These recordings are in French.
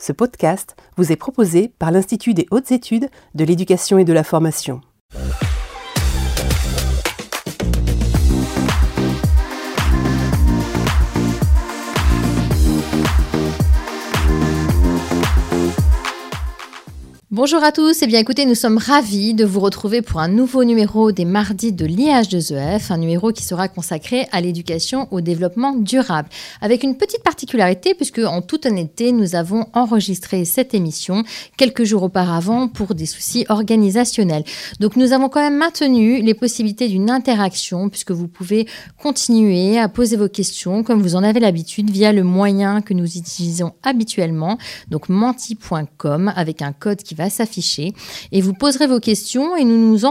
Ce podcast vous est proposé par l'Institut des hautes études de l'éducation et de la formation. Bonjour à tous, et bien écoutez, nous sommes ravis de vous retrouver pour un nouveau numéro des mardis de l'IH2EF, un numéro qui sera consacré à l'éducation au développement durable. Avec une petite particularité, puisque en toute honnêteté, nous avons enregistré cette émission quelques jours auparavant pour des soucis organisationnels. Donc nous avons quand même maintenu les possibilités d'une interaction, puisque vous pouvez continuer à poser vos questions comme vous en avez l'habitude via le moyen que nous utilisons habituellement, donc menti.com avec un code qui va s'afficher et vous poserez vos questions et nous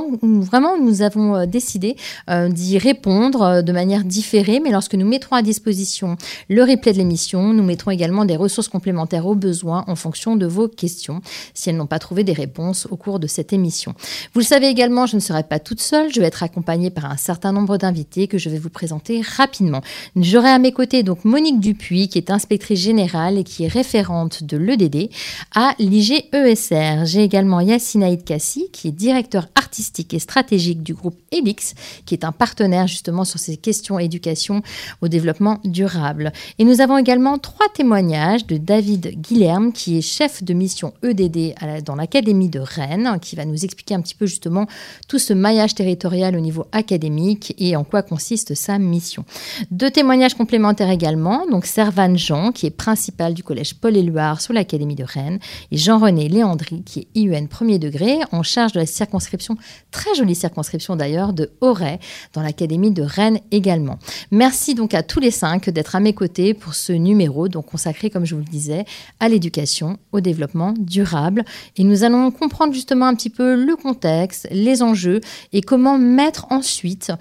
avons décidé d'y répondre de manière différée, mais lorsque nous mettrons à disposition le replay de l'émission, nous mettrons également des ressources complémentaires au besoin en fonction de vos questions si elles n'ont pas trouvé des réponses au cours de cette émission. Vous le savez également, je ne serai pas toute seule, je vais être accompagnée par un certain nombre d'invités que je vais vous présenter rapidement. J'aurai à mes côtés donc Monique Dupuis qui est inspectrice générale et qui est référente de l'EDD à l'IGESR. J'ai également Yassine Aïd Kassi, qui est directeur artistique et stratégique du groupe Elix, qui est un partenaire justement sur ces questions éducation au développement durable. Et nous avons également 3 témoignages de David Guilherme, qui est chef de mission EDD dans l'Académie de Rennes, qui va nous expliquer un petit peu justement tout ce maillage territorial au niveau académique et en quoi consiste sa mission. 2 témoignages complémentaires également, donc Servane Jean, qui est principal du collège Paul-Éluard sur l'Académie de Rennes, et Jean-René Léandry, qui est IUN premier degré, en charge de la circonscription, très jolie circonscription d'ailleurs, de Auray, dans l'Académie de Rennes également. Merci donc à tous les 5 d'être à mes côtés pour ce numéro, donc consacré, comme je vous le disais, à l'éducation, au développement durable. Et nous allons comprendre justement un petit peu le contexte, les enjeux et comment mettre ensuite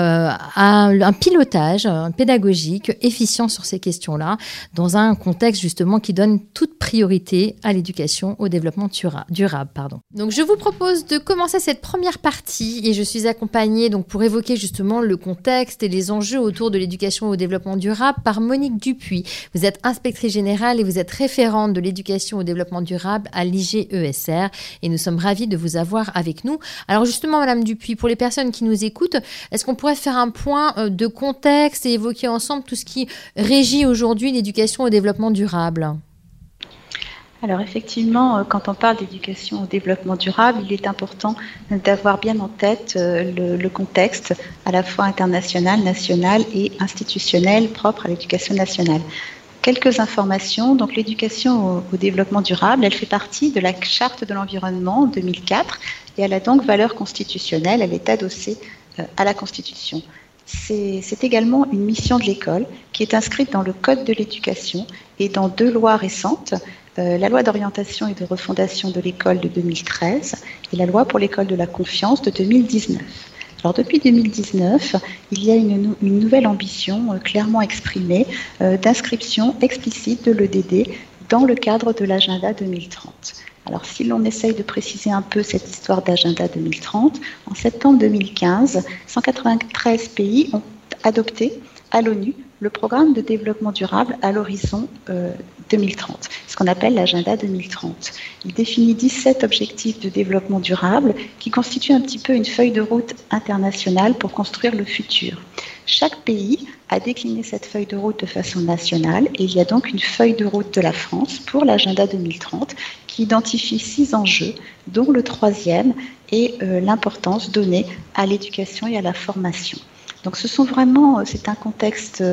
un pilotage pédagogique efficient sur ces questions-là, dans un contexte justement qui donne toute priorité à l'éducation, au développement durable. Donc je vous propose de commencer cette première partie et je suis accompagnée donc pour évoquer justement le contexte et les enjeux autour de l'éducation au développement durable par Monique Dupuis. Vous êtes inspectrice générale et vous êtes référente de l'éducation au développement durable à l'IGESR et nous sommes ravis de vous avoir avec nous. Alors justement Madame Dupuis, pour les personnes qui nous écoutent, est-ce qu'on pourrait faire un point de contexte et évoquer ensemble tout ce qui régit aujourd'hui l'éducation au développement durable ? Alors effectivement, quand on parle d'éducation au développement durable, il est important d'avoir bien en tête le contexte à la fois international, national et institutionnel propre à l'éducation nationale. Quelques informations. Donc l'éducation au développement durable, elle fait partie de la Charte de l'environnement 2004 et elle a donc valeur constitutionnelle, elle est adossée à la Constitution. C'est également une mission de l'école qui est inscrite dans le Code de l'éducation et dans 2 lois récentes, la loi d'orientation et de refondation de l'école de 2013 et la loi pour l'école de la confiance de 2019. Alors depuis 2019, il y a une nouvelle ambition clairement exprimée d'inscription explicite de l'EDD dans le cadre de l'agenda 2030. Alors si l'on essaye de préciser un peu cette histoire d'agenda 2030, en septembre 2015, 193 pays ont adopté à l'ONU le programme de développement durable à l'horizon 2030, ce qu'on appelle l'agenda 2030. Il définit 17 objectifs de développement durable qui constituent un petit peu une feuille de route internationale pour construire le futur. Chaque pays a décliné cette feuille de route de façon nationale et il y a donc une feuille de route de la France pour l'agenda 2030 qui identifie 6 enjeux, dont le 3e est l'importance donnée à l'éducation et à la formation. Donc c'est un contexte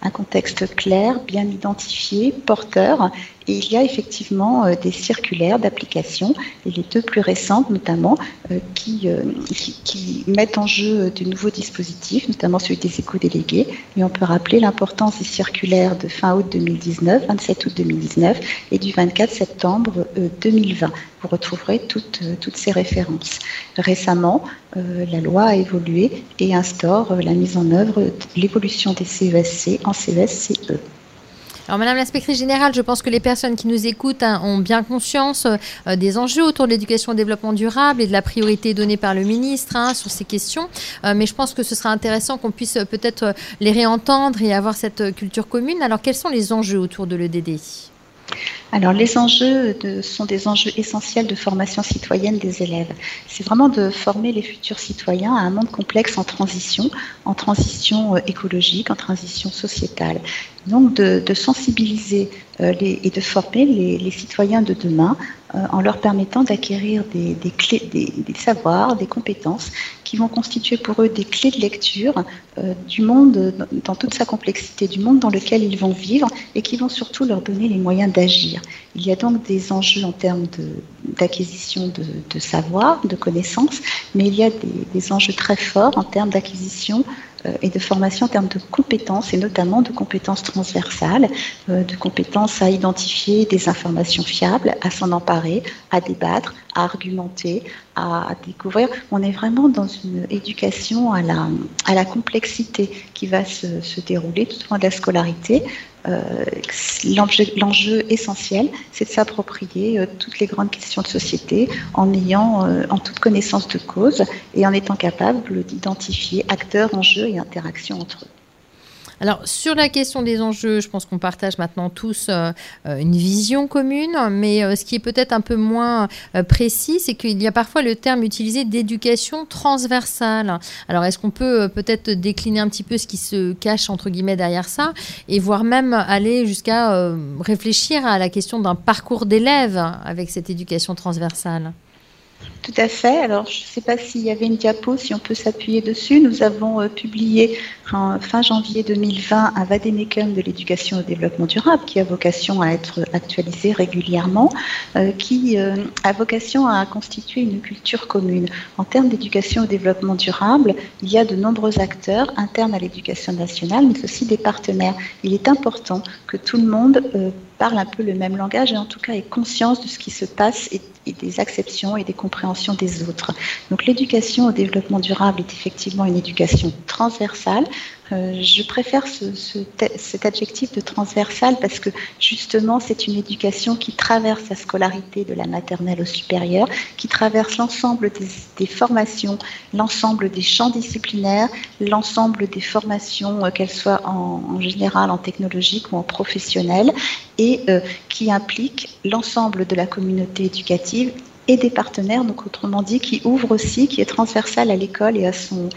clair, bien identifié, porteur, et il y a effectivement des circulaires d'application, et les 2 plus récentes notamment, qui mettent en jeu de nouveaux dispositifs, notamment celui des éco-délégués, et on peut rappeler l'importance des circulaires de fin août 2019, 27 août 2019, et du 24 septembre 2020. Vous retrouverez toutes ces références. Récemment, la loi a évolué et instaure la mise en œuvre de l'évolution des CESC en CES-CE. Alors Madame l'inspectrice générale, je pense que les personnes qui nous écoutent ont bien conscience des enjeux autour de l'éducation au développement durable et de la priorité donnée par le ministre sur ces questions. Mais je pense que ce sera intéressant qu'on puisse peut-être les réentendre et avoir cette culture commune. Alors quels sont les enjeux autour de l'EDD ? Alors, les enjeux sont des enjeux essentiels de formation citoyenne des élèves. C'est vraiment de former les futurs citoyens à un monde complexe en transition écologique, en transition sociétale. Donc, de sensibiliser et de former les citoyens de demain en leur permettant d'acquérir des clés, des savoirs, des compétences qui vont constituer pour eux des clés de lecture du monde dans toute sa complexité, du monde dans lequel ils vont vivre et qui vont surtout leur donner les moyens d'agir. Il y a donc des enjeux en termes d'acquisition de savoir, de connaissances, mais il y a des enjeux très forts en termes d'acquisition et de formation en termes de compétences, et notamment de compétences transversales, de compétences à identifier des informations fiables, à s'en emparer, à débattre, à argumenter, à découvrir. On est vraiment dans une éducation à la complexité qui va se dérouler tout au long de la scolarité. L'enjeu essentiel, c'est de s'approprier toutes les grandes questions de société en ayant en toute connaissance de cause et en étant capable d'identifier acteurs, enjeux et interactions entre eux. Alors, sur la question des enjeux, je pense qu'on partage maintenant tous une vision commune, mais ce qui est peut-être un peu moins précis, c'est qu'il y a parfois le terme utilisé d'éducation transversale. Alors, est-ce qu'on peut peut-être décliner un petit peu ce qui se cache, entre guillemets, derrière ça, et voire même aller jusqu'à réfléchir à la question d'un parcours d'élève avec cette éducation transversale ? Tout à fait. Alors, je ne sais pas s'il y avait une diapo, si on peut s'appuyer dessus. Nous avons publié fin janvier 2020 un vademecum de l'éducation au développement durable qui a vocation à être actualisé régulièrement, qui a vocation à constituer une culture commune. En termes d'éducation au développement durable, il y a de nombreux acteurs internes à l'éducation nationale, mais aussi des partenaires. Il est important que tout le monde parle un peu le même langage et en tout cas ait conscience de ce qui se passe et des acceptions et des compréhensions des autres. Donc l'éducation au développement durable est effectivement une éducation transversale. Je préfère cet adjectif de transversal parce que justement c'est une éducation qui traverse la scolarité de la maternelle au supérieur, qui traverse l'ensemble des formations, l'ensemble des champs disciplinaires, l'ensemble des formations, qu'elles soient en général en technologique ou en professionnel, et qui implique l'ensemble de la communauté éducative et des partenaires, donc autrement dit qui ouvre aussi, qui est transversale à l'école et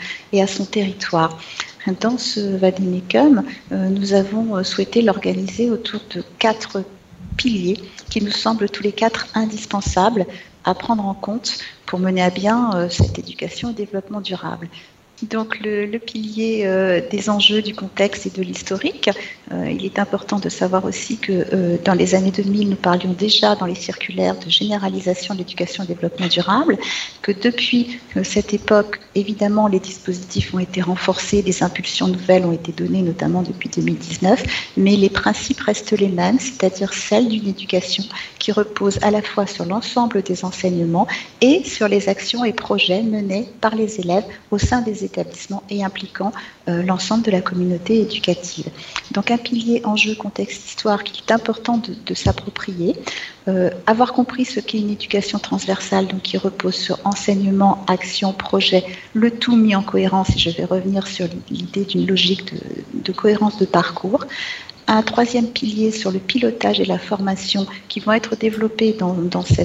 à son territoire. Dans ce vademecum, nous avons souhaité l'organiser autour de 4 piliers qui nous semblent tous les 4 indispensables à prendre en compte pour mener à bien cette éducation au développement durable. Donc le pilier des enjeux, du contexte et de l'historique, il est important de savoir aussi que dans les années 2000, nous parlions déjà dans les circulaires de généralisation de l'éducation au développement durable, que depuis cette époque, évidemment, les dispositifs ont été renforcés, des impulsions nouvelles ont été données, notamment depuis 2019, mais les principes restent les mêmes, c'est-à-dire celle d'une éducation qui repose à la fois sur l'ensemble des enseignements et sur les actions et projets menés par les élèves au sein des établissements et impliquant l'ensemble de la communauté éducative. Donc un pilier enjeu, contexte, histoire qu'il est important de s'approprier, avoir compris ce qu'est une éducation transversale, donc qui repose sur enseignement, action, projet, le tout mis en cohérence, et je vais revenir sur l'idée d'une logique de cohérence de parcours. Un troisième pilier sur le pilotage et la formation qui vont être développés dans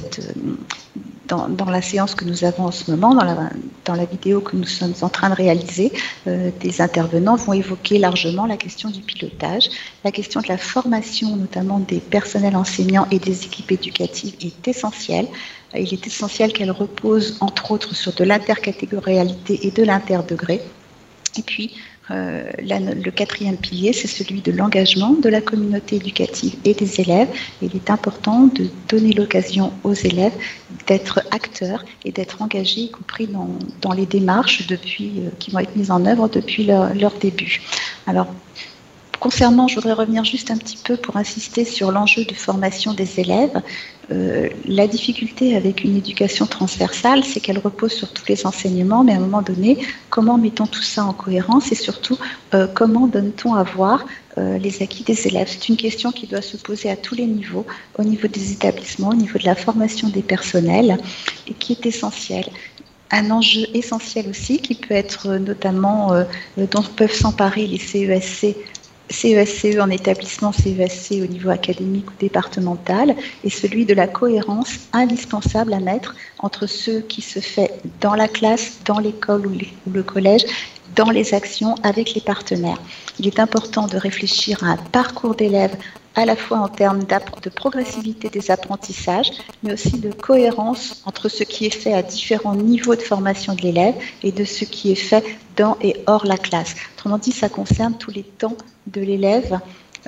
la séance que nous avons en ce moment, dans la vidéo que nous sommes en train de réaliser. Des intervenants vont évoquer largement la question du pilotage. La question de la formation, notamment des personnels enseignants et des équipes éducatives, est essentielle. Il est essentiel qu'elle repose, entre autres, sur de l'intercatégorialité et de l'interdegré. Et puis, le quatrième pilier, c'est celui de l'engagement de la communauté éducative et des élèves. Il est important de donner l'occasion aux élèves d'être acteurs et d'être engagés, y compris dans les démarches qui vont être mises en œuvre depuis leur début. Alors, concernant, je voudrais revenir juste un petit peu pour insister sur l'enjeu de formation des élèves. La difficulté avec une éducation transversale, c'est qu'elle repose sur tous les enseignements, mais à un moment donné, comment mettons tout ça en cohérence et surtout, comment donne-t-on à voir les acquis des élèves? C'est une question qui doit se poser à tous les niveaux, au niveau des établissements, au niveau de la formation des personnels, et qui est essentielle. Un enjeu essentiel aussi, qui peut être notamment, dont peuvent s'emparer les CESC CESCE en établissement, CESC au niveau académique ou départemental, et celui de la cohérence indispensable à mettre entre ce qui se fait dans la classe, dans l'école ou le collège, dans les actions avec les partenaires. Il est important de réfléchir à un parcours d'élèves à la fois en termes de progressivité des apprentissages, mais aussi de cohérence entre ce qui est fait à différents niveaux de formation de l'élève et de ce qui est fait dans et hors la classe. Autrement dit, ça concerne tous les temps de l'élève.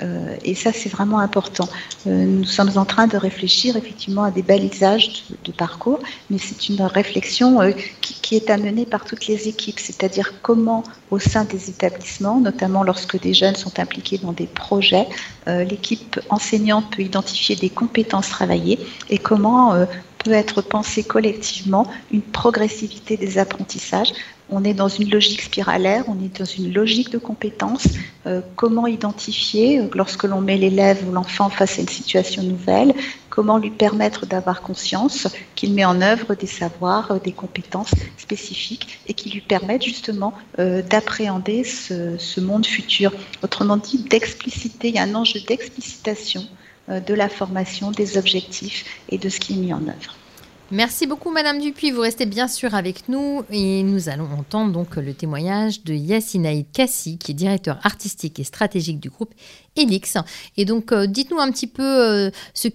Et ça, c'est vraiment important. Nous sommes en train de réfléchir effectivement à des balisages de parcours, mais c'est une réflexion qui est à mener par toutes les équipes, c'est-à-dire comment, au sein des établissements, notamment lorsque des jeunes sont impliqués dans des projets, l'équipe enseignante peut identifier des compétences travaillées et comment peut être pensée collectivement une progressivité des apprentissages. On est dans une logique spiralaire, on est dans une logique de compétences. Comment identifier, lorsque l'on met l'élève ou l'enfant face à une situation nouvelle, comment lui permettre d'avoir conscience qu'il met en œuvre des savoirs, des compétences spécifiques et qui lui permettent justement d'appréhender ce monde futur. Autrement dit, d'expliciter, il y a un enjeu d'explicitation de la formation, des objectifs et de ce qui est mis en œuvre. Merci beaucoup Madame Dupuis, vous restez bien sûr avec nous et nous allons entendre donc le témoignage de Yassine Aïd Kassi qui est directeur artistique et stratégique du groupe Elix. Et donc dites-nous un petit peu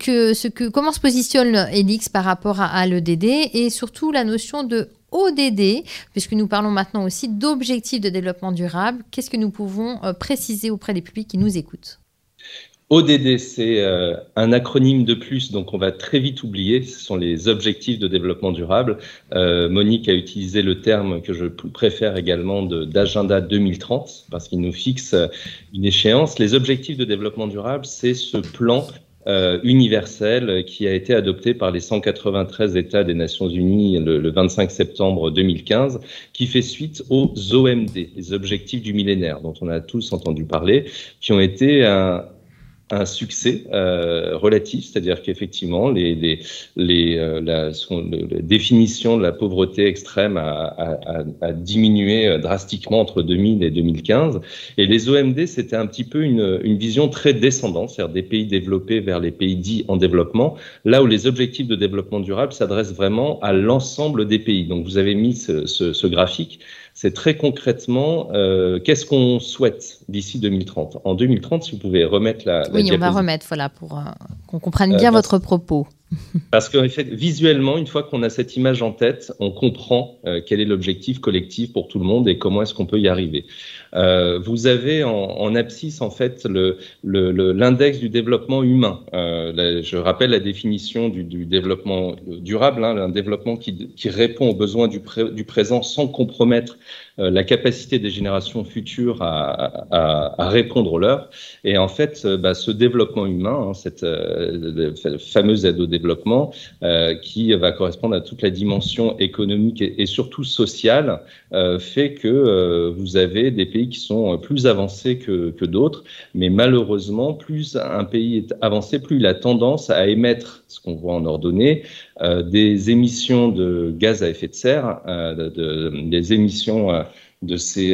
comment se positionne Elix par rapport à l'EDD et surtout la notion de ODD, puisque nous parlons maintenant aussi d'objectifs de développement durable. Qu'est-ce que nous pouvons préciser auprès des publics qui nous écoutent ? ODD, c'est un acronyme de plus, donc on va très vite oublier, ce sont les objectifs de développement durable. Monique a utilisé le terme que je préfère également d'agenda 2030, parce qu'il nous fixe une échéance. Les objectifs de développement durable, c'est ce plan universel qui a été adopté par les 193 États des Nations Unies le 25 septembre 2015, qui fait suite aux OMD, les objectifs du millénaire, dont on a tous entendu parler, qui ont été un succès relatif, c'est-à-dire qu'effectivement, la définition de la pauvreté extrême a diminué drastiquement entre 2000 et 2015. Et les OMD, c'était un petit peu une vision très descendante, c'est-à-dire des pays développés vers les pays dits en développement, là où les objectifs de développement durable s'adressent vraiment à l'ensemble des pays. Donc, vous avez mis ce graphique. C'est très concrètement, qu'est-ce qu'on souhaite d'ici 2030 ? En 2030, si vous pouvez remettre la diapositive. On va remettre, voilà, pour qu'on comprenne bien votre propos. Parce qu'en fait, visuellement, une fois qu'on a cette image en tête, on comprend quel est l'objectif collectif pour tout le monde et comment est-ce qu'on peut y arriver. Vous avez en abscisse, en fait, l'index du développement humain. Je rappelle la définition du développement durable, un développement qui répond aux besoins du présent sans compromettre la capacité des générations futures à répondre aux leurs. Et en fait, ce développement humain, cette fameuse aide au développement, qui va correspondre à toute la dimension économique et surtout sociale, fait que vous avez des pays qui sont plus avancés que d'autres, mais malheureusement, plus un pays est avancé, plus il a tendance à émettre, ce qu'on voit en ordonnée, des émissions de gaz à effet de serre, des émissions de ces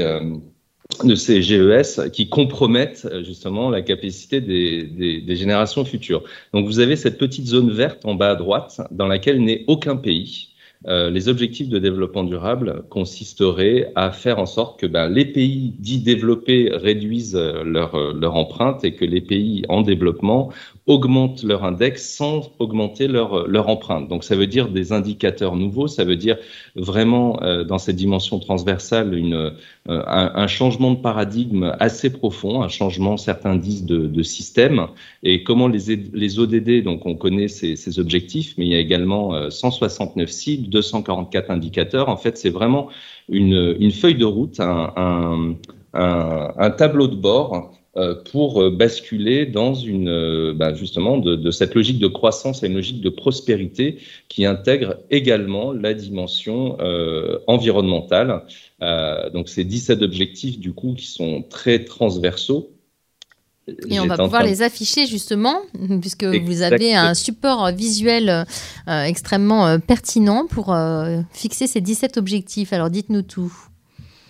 GES qui compromettent justement la capacité des générations futures. Donc vous avez cette petite zone verte en bas à droite dans laquelle n'est aucun pays. Les objectifs de développement durable consisteraient à faire en sorte que les pays dits développés réduisent leur empreinte et que les pays en développement augmentent leur index sans augmenter leur empreinte. Donc ça veut dire des indicateurs nouveaux, ça veut dire vraiment dans cette dimension transversale un changement de paradigme assez profond, un changement, certains disent, de système. Et comment les ODD, donc on connaît ces objectifs, mais il y a également 169 cibles, 244 indicateurs. En fait, c'est vraiment une feuille de route, un tableau de bord pour basculer dans justement de cette logique de croissance à une logique de prospérité qui intègre également la dimension environnementale. Donc, ces 17 objectifs, du coup, qui sont très transversaux. Et on va pouvoir les afficher justement, puisque vous avez un support visuel extrêmement pertinent pour fixer ces 17 objectifs. Alors, dites-nous tout.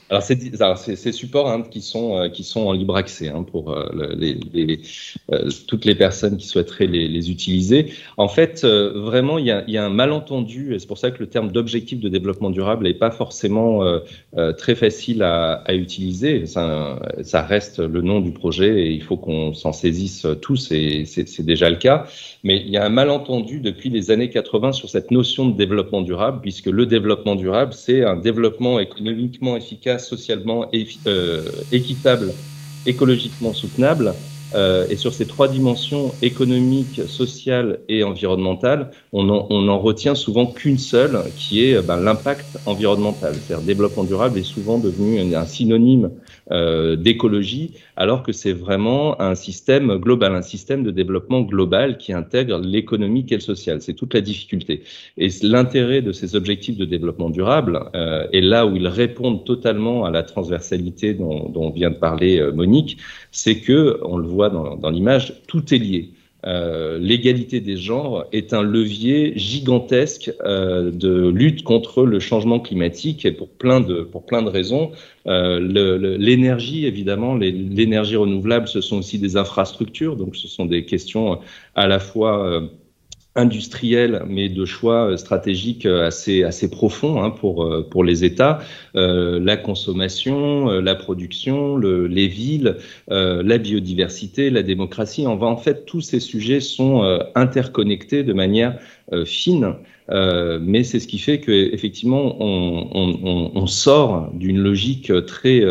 Alors, ces supports qui sont en libre accès pour toutes les personnes qui souhaiteraient les utiliser. En fait, vraiment, il y a un malentendu, et c'est pour ça que le terme d'objectif de développement durable n'est pas forcément très facile à utiliser. Ça reste le nom du projet et il faut qu'on s'en saisisse tous, et c'est déjà le cas. Mais il y a un malentendu depuis les années 80 sur cette notion de développement durable, puisque le développement durable, c'est un développement économiquement efficace, socialement équitable, écologiquement soutenable. Et sur ces trois dimensions, économique, sociale et environnementale, on en retient souvent qu'une seule, qui est l'impact environnemental. C'est-à-dire, développement durable est souvent devenu un synonyme d'écologie, alors que c'est vraiment un système global, un système de développement global qui intègre l'économique et le social. C'est toute la difficulté. Et l'intérêt de ces objectifs de développement durable, est là où ils répondent totalement à la transversalité dont vient de parler Monique, c'est que, on le voit dans l'image, tout est lié. L'égalité des genres est un levier gigantesque de lutte contre le changement climatique, et pour plein de raisons. L'énergie, évidemment, l'énergie renouvelable, ce sont aussi des infrastructures, donc ce sont des questions à la fois industriel, mais de choix stratégiques assez profonds pour les États. La consommation, la production, les villes, la biodiversité, la démocratie. En fait, tous ces sujets sont interconnectés de manière fine. Mais c'est ce qui fait qu'effectivement, on sort d'une logique très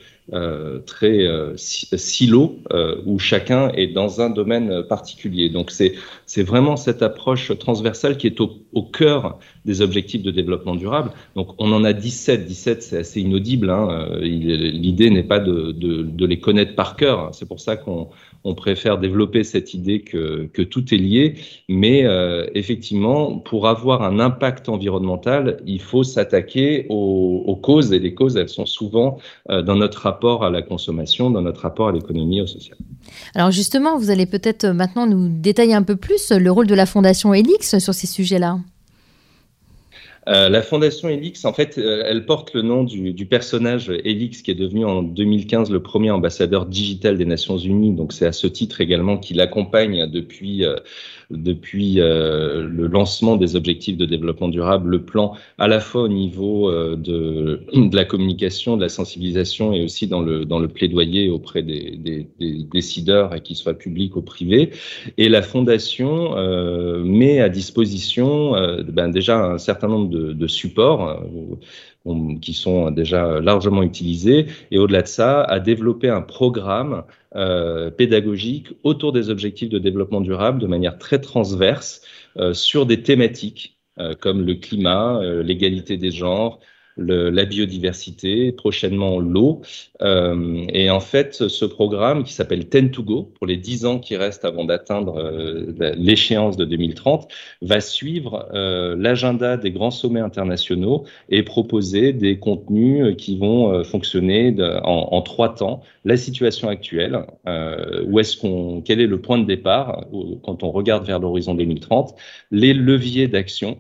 silo, où chacun est dans un domaine particulier. Donc c'est vraiment cette approche transversale qui est au cœur des objectifs de développement durable. Donc on en a 17. 17, c'est assez inaudible. L'idée n'est pas de les connaître par cœur. C'est pour ça qu'on préfère développer cette idée que tout est lié. Mais effectivement, pour avoir un impact environnemental, il faut s'attaquer aux causes. Et les causes, elles sont souvent dans notre rapport à la consommation, dans notre rapport à l'économie, au social. Alors justement, vous allez peut-être maintenant nous détailler un peu plus le rôle de la Fondation Helix sur ces sujets-là. La Fondation Helix, en fait, elle porte le nom du personnage Helix, qui est devenu en 2015 le premier ambassadeur digital des Nations Unies. Donc c'est à ce titre également qu'il accompagne depuis le lancement des objectifs de développement durable, le plan à la fois au niveau de la communication, de la sensibilisation, et aussi dans le plaidoyer auprès des décideurs, et qu'ils soient publics ou privés. Et la Fondation met à disposition déjà un certain nombre de supports qui sont déjà largement utilisés, et au-delà de ça, à développer un programme pédagogique autour des objectifs de développement durable de manière très transverse sur des thématiques comme le climat, l'égalité des genres, la biodiversité, prochainement l'eau. Et en fait, ce programme qui s'appelle 10 to Go, pour les 10 ans qui restent avant d'atteindre l'échéance de 2030, va suivre l'agenda des grands sommets internationaux et proposer des contenus qui vont fonctionner en 3 temps. La situation actuelle, quel est le point de départ quand on regarde vers l'horizon 2030, les leviers d'action,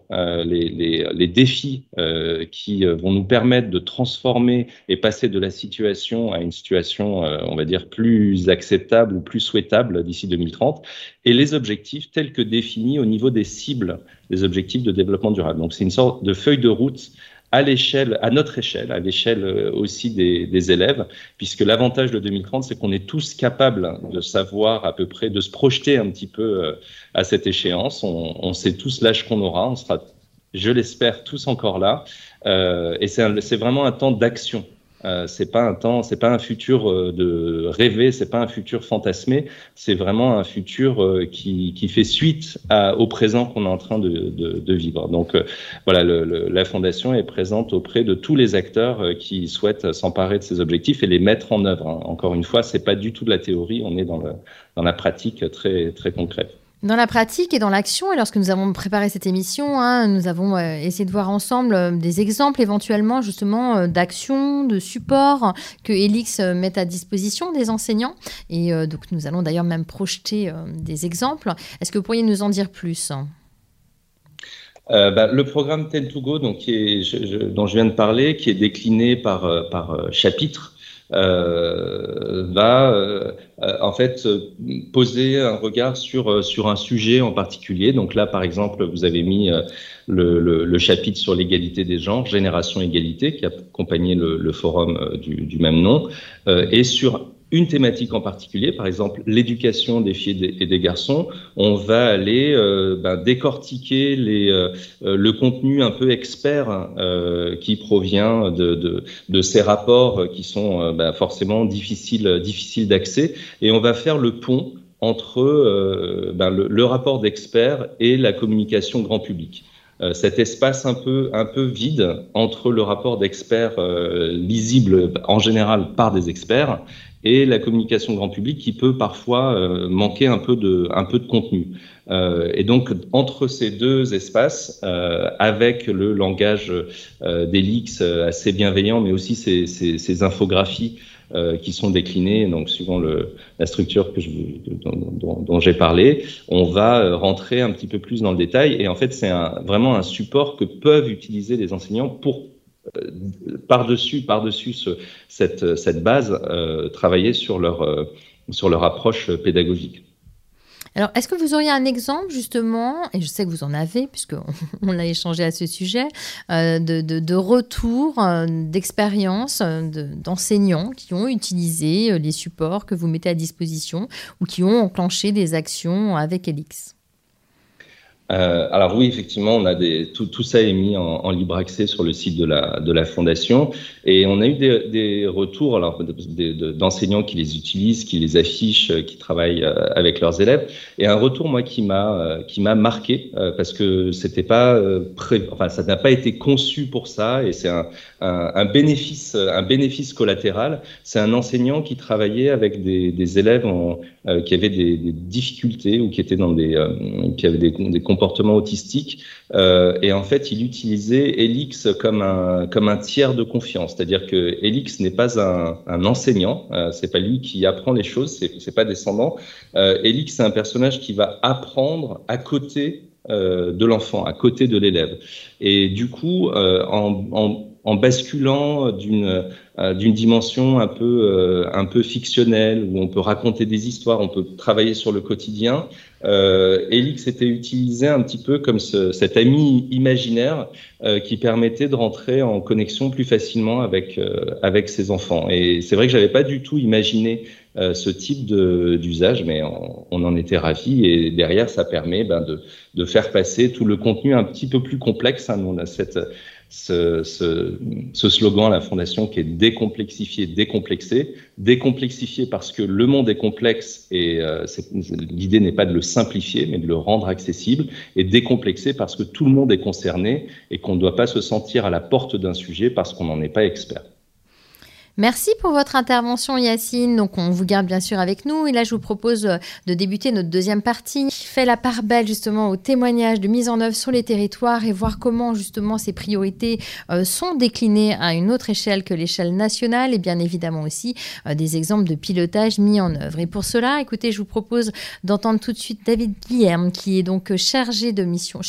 les défis qui vont nous permettre de transformer et passer de la situation à une situation, on va dire, plus acceptable ou plus souhaitable d'ici 2030, et les objectifs tels que définis au niveau des cibles des objectifs de développement durable. Donc c'est une sorte de feuille de route à notre échelle, à l'échelle aussi des élèves, puisque l'avantage de 2030, c'est qu'on est tous capables de savoir à peu près, de se projeter un petit peu à cette échéance. On sait tous l'âge qu'on aura, on sera, je l'espère, tous encore là. Et c'est vraiment un temps d'action. C'est pas un futur de rêver, c'est pas un futur fantasmé, c'est vraiment un futur qui fait suite au présent qu'on est en train de vivre. Donc voilà, la Fondation est présente auprès de tous les acteurs qui souhaitent s'emparer de ces objectifs et les mettre en œuvre. Encore une fois, c'est pas du tout de la théorie, on est dans la pratique très très concrète. Dans la pratique et dans l'action, et lorsque nous avons préparé cette émission, nous avons essayé de voir ensemble des exemples éventuellement justement d'actions, de supports que Helix met à disposition des enseignants. Et donc nous allons d'ailleurs même projeter des exemples. Est-ce que vous pourriez nous en dire plus ? Le programme Tend2Go, donc, dont je viens de parler, qui est décliné par chapitre, va en fait poser un regard sur un sujet en particulier. Donc là, par exemple, vous avez mis le chapitre sur l'égalité des genres, Génération Égalité, qui a accompagné le forum du même nom, et sur une thématique en particulier, par exemple l'éducation des filles et des garçons, on va aller décortiquer le contenu un peu expert qui provient de ces rapports qui sont forcément difficiles d'accès, et on va faire le pont entre le rapport d'experts et la communication grand public. Cet espace un peu vide entre le rapport d'experts lisible en général par des experts et la communication grand public qui peut parfois manquer un peu de contenu. Et donc, entre ces deux espaces, avec le langage d'Elix assez bienveillant, mais aussi ces infographies qui sont déclinées, donc suivant la structure dont j'ai parlé, on va rentrer un petit peu plus dans le détail. Et en fait, c'est vraiment un support que peuvent utiliser les enseignants pour par-dessus cette base, travailler sur leur approche pédagogique. Alors, est-ce que vous auriez un exemple, justement, et je sais que vous en avez, puisqu'on l'a échangé à ce sujet, de retour, d'expérience d'enseignants qui ont utilisé les supports que vous mettez à disposition ou qui ont enclenché des actions avec Elix ? Alors oui, effectivement, on a tout ça est mis en libre accès sur le site de la fondation, et on a eu des retours d'enseignants qui les utilisent, qui les affichent, qui travaillent avec leurs élèves, et un retour moi qui m'a marqué parce que c'était pas ça n'a pas été conçu pour ça, et c'est un bénéfice collatéral. C'est un enseignant qui travaillait avec des élèves qui avaient des difficultés ou qui étaient qui avaient des comportements autistiques, et en fait il utilisait Elix comme un tiers de confiance, c'est-à-dire que Elix n'est pas un enseignant, c'est pas lui qui apprend les choses, c'est pas descendant. Elix, c'est un personnage qui va apprendre à côté de l'enfant, à côté de l'élève, et du coup en basculant d'une dimension un peu fictionnelle, où on peut raconter des histoires, on peut travailler sur le quotidien. Elix était utilisé un petit peu comme cet ami imaginaire qui permettait de rentrer en connexion plus facilement avec ses enfants. Et c'est vrai que j'avais pas du tout imaginé ce type d'usage, mais on en était ravis. Et derrière, ça permet de faire passer tout le contenu un petit peu plus complexe. On a ce slogan à la Fondation qui est décomplexifier, décomplexer. Décomplexifier parce que le monde est complexe et l'idée n'est pas de le simplifier, mais de le rendre accessible. Et décomplexer parce que tout le monde est concerné et qu'on ne doit pas se sentir à la porte d'un sujet parce qu'on n'en est pas expert. Merci pour votre intervention, Yacine. Donc, on vous garde bien sûr avec nous. Et là, je vous propose de débuter notre deuxième partie qui fait la part belle justement aux témoignages de mise en œuvre sur les territoires et voir comment justement ces priorités sont déclinées à une autre échelle que l'échelle nationale et bien évidemment aussi des exemples de pilotage mis en œuvre. Et pour cela, écoutez, je vous propose d'entendre tout de suite David Guilherme qui est donc chef de mission,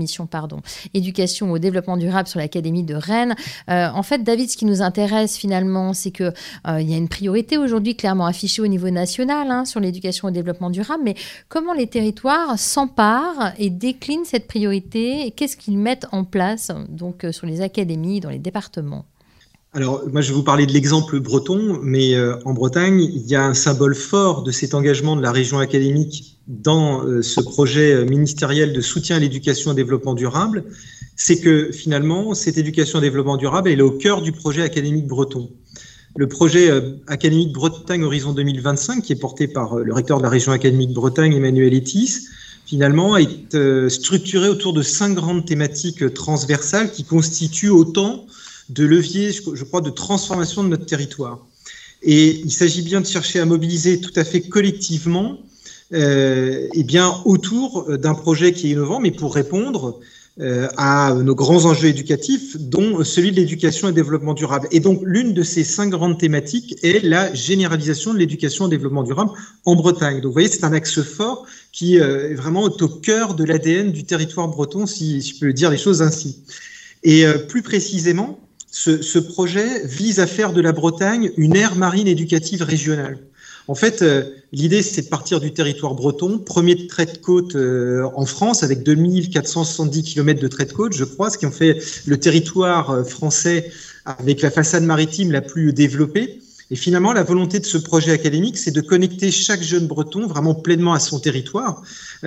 éducation au développement durable sur l'Académie de Rennes. En fait, David, ce qui nous intéresse finalement, c'est qu'il y a une priorité aujourd'hui clairement affichée au niveau national sur l'éducation au développement durable, mais comment les territoires s'emparent et déclinent cette priorité et qu'est-ce qu'ils mettent en place donc, sur les académies, dans les départements? Alors, moi, je vais vous parler de l'exemple breton, mais en Bretagne, il y a un symbole fort de cet engagement de la région académique dans ce projet ministériel de soutien à l'éducation au développement durable. C'est que finalement, cette éducation au développement durable, elle est au cœur du projet académique breton. Le projet académique Bretagne Horizon 2025, qui est porté par le recteur de la région académique Bretagne, Emmanuel Etis, finalement est structuré autour de 5 grandes thématiques transversales qui constituent autant de leviers, je crois, de transformation de notre territoire. Et il s'agit bien de chercher à mobiliser tout à fait collectivement autour d'un projet qui est innovant, mais pour répondre à nos grands enjeux éducatifs, dont celui de l'éducation et développement durable. Et donc, l'une de ces 5 grandes thématiques est la généralisation de l'éducation et développement durable en Bretagne. Donc, vous voyez, c'est un axe fort qui est vraiment au cœur de l'ADN du territoire breton, si je peux dire les choses ainsi. Et plus précisément, ce projet vise à faire de la Bretagne une aire marine éducative régionale. En fait, l'idée, c'est de partir du territoire breton, premier trait de côte en France, avec 2470 km de trait de côte, je crois, ce qui en fait le territoire français avec la façade maritime la plus développée. Et finalement, la volonté de ce projet académique, c'est de connecter chaque jeune breton vraiment pleinement à son territoire.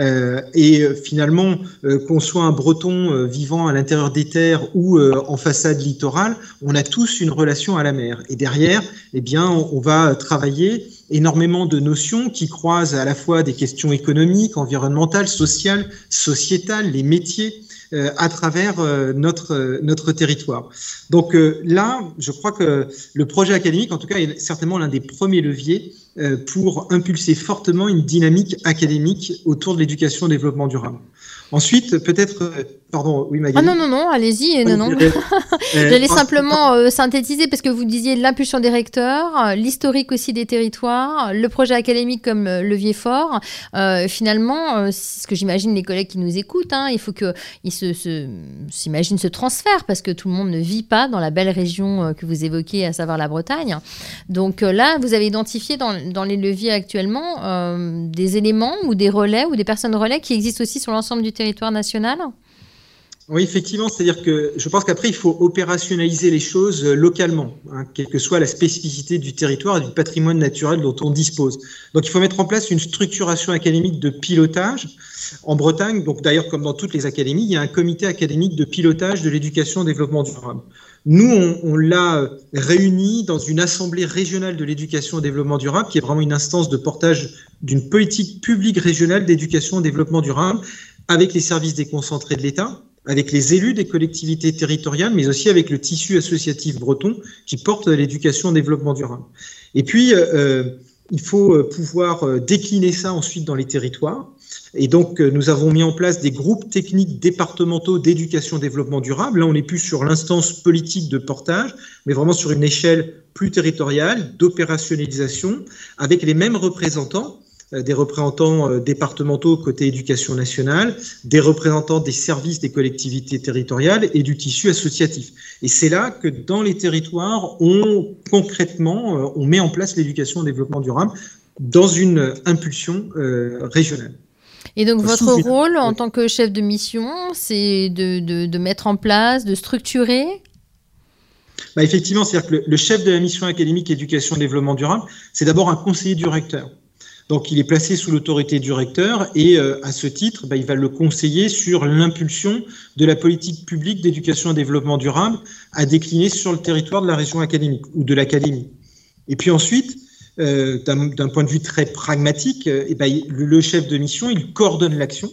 Et finalement, qu'on soit un breton vivant à l'intérieur des terres ou en façade littorale, on a tous une relation à la mer. Et derrière, eh bien, on va travailler énormément de notions qui croisent à la fois des questions économiques, environnementales, sociales, sociétales, les métiers, à travers notre territoire. Donc là, je crois que le projet académique, en tout cas, est certainement l'un des premiers leviers pour impulser fortement une dynamique académique autour de l'éducation et développement durable. Ensuite, peut-être... Pardon, oui, Magali. Ah non, allez-y. Non. J'allais simplement synthétiser, parce que vous disiez l'impulsion des recteurs, l'historique aussi des territoires, le projet académique comme levier fort. Finalement, c'est ce que j'imagine les collègues qui nous écoutent, il faut qu'ils s'imaginent ce transfert, parce que tout le monde ne vit pas dans la belle région que vous évoquez, à savoir la Bretagne. Donc là, vous avez identifié dans les leviers actuellement des éléments ou des relais ou des personnes relais qui existent aussi sur l'ensemble du territoire national ? Oui, effectivement, c'est-à-dire que je pense qu'après, il faut opérationnaliser les choses localement, quelle que soit la spécificité du territoire et du patrimoine naturel dont on dispose. Donc, il faut mettre en place une structuration académique de pilotage. En Bretagne, donc d'ailleurs, comme dans toutes les académies, il y a un comité académique de pilotage de l'éducation et développement durable. Nous, on l'a réuni dans une assemblée régionale de l'éducation et développement durable, qui est vraiment une instance de portage d'une politique publique régionale d'éducation et développement durable, avec les services déconcentrés de l'État, avec les élus des collectivités territoriales, mais aussi avec le tissu associatif breton qui porte l'éducation et le développement durable. Et puis, il faut pouvoir décliner ça ensuite dans les territoires. Et donc, nous avons mis en place des groupes techniques départementaux d'éducation et développement durable. Là, on n'est plus sur l'instance politique de portage, mais vraiment sur une échelle plus territoriale, d'opérationnalisation, avec les mêmes représentants, des représentants départementaux côté éducation nationale, des représentants des services des collectivités territoriales et du tissu associatif. Et c'est là que dans les territoires, concrètement, on met en place l'éducation et le développement durable dans une impulsion régionale. Et donc, votre rôle en tant que chef de mission, c'est de mettre en place, de structurer ? Effectivement, c'est-à-dire que le chef de la mission académique éducation et développement durable, c'est d'abord un conseiller du recteur. Donc, il est placé sous l'autorité du recteur et à ce titre, il va le conseiller sur l'impulsion de la politique publique d'éducation et développement durable à décliner sur le territoire de la région académique ou de l'académie. Et puis ensuite, d'un point de vue très pragmatique, le chef de mission, il coordonne l'action.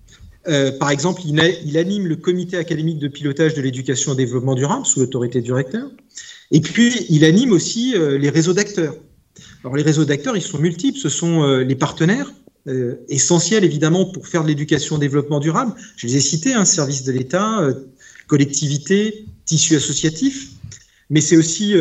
Par exemple, il anime le comité académique de pilotage de l'éducation et développement durable sous l'autorité du recteur. Et puis, il anime aussi les réseaux d'acteurs. Alors, les réseaux d'acteurs, ils sont multiples. Ce sont les partenaires, essentiels évidemment pour faire de l'éducation et développement durable. Je les ai cités, services de l'État, collectivités, tissus associatifs. Mais c'est aussi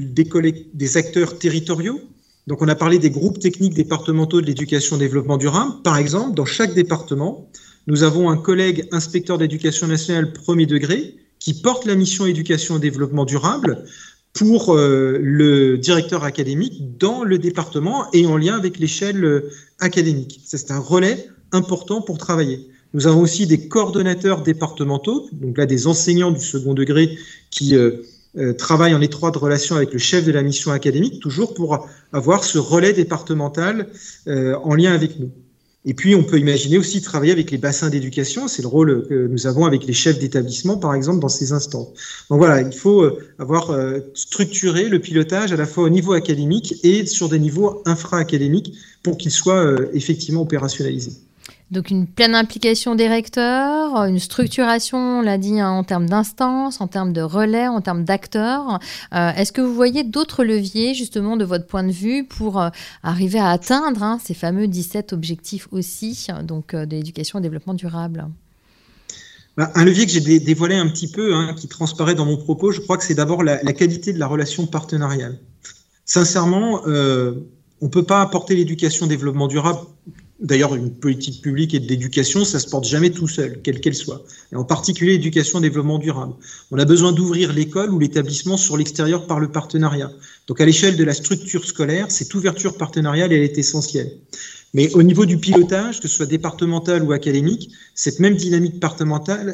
des acteurs territoriaux. Donc, on a parlé des groupes techniques départementaux de l'éducation et développement durable. Par exemple, dans chaque département, nous avons un collègue inspecteur d'éducation nationale premier degré qui porte la mission éducation et développement durable pour le directeur académique dans le département et en lien avec l'échelle académique. Ça, c'est un relais important pour travailler. Nous avons aussi des coordonnateurs départementaux, donc là des enseignants du second degré qui travaillent en étroite relation avec le chef de la mission académique, toujours pour avoir ce relais départemental en lien avec nous. Et puis, on peut imaginer aussi travailler avec les bassins d'éducation. C'est le rôle que nous avons avec les chefs d'établissement, par exemple, dans ces instances. Donc voilà, il faut avoir structuré le pilotage à la fois au niveau académique et sur des niveaux infra-académiques pour qu'il soit effectivement opérationnalisé. Donc, une pleine implication des recteurs, une structuration, on l'a dit, en termes d'instances, en termes de relais, en termes d'acteurs. Est-ce que vous voyez d'autres leviers, justement, de votre point de vue, pour arriver à atteindre ces fameux 17 objectifs aussi, donc de l'éducation et développement durable ? Un levier que j'ai dévoilé un petit peu, qui transparaît dans mon propos, je crois que c'est d'abord la qualité de la relation partenariale. Sincèrement, on ne peut pas apporter l'éducation-développement durable. D'ailleurs, une politique publique et d'éducation, ça ne se porte jamais tout seul, quelle qu'elle soit. Et en particulier, l'éducation-développement durable. On a besoin d'ouvrir l'école ou l'établissement sur l'extérieur par le partenariat. Donc, à l'échelle de la structure scolaire, cette ouverture partenariale, elle est essentielle. Mais au niveau du pilotage, que ce soit départemental ou académique, cette même dynamique partenariale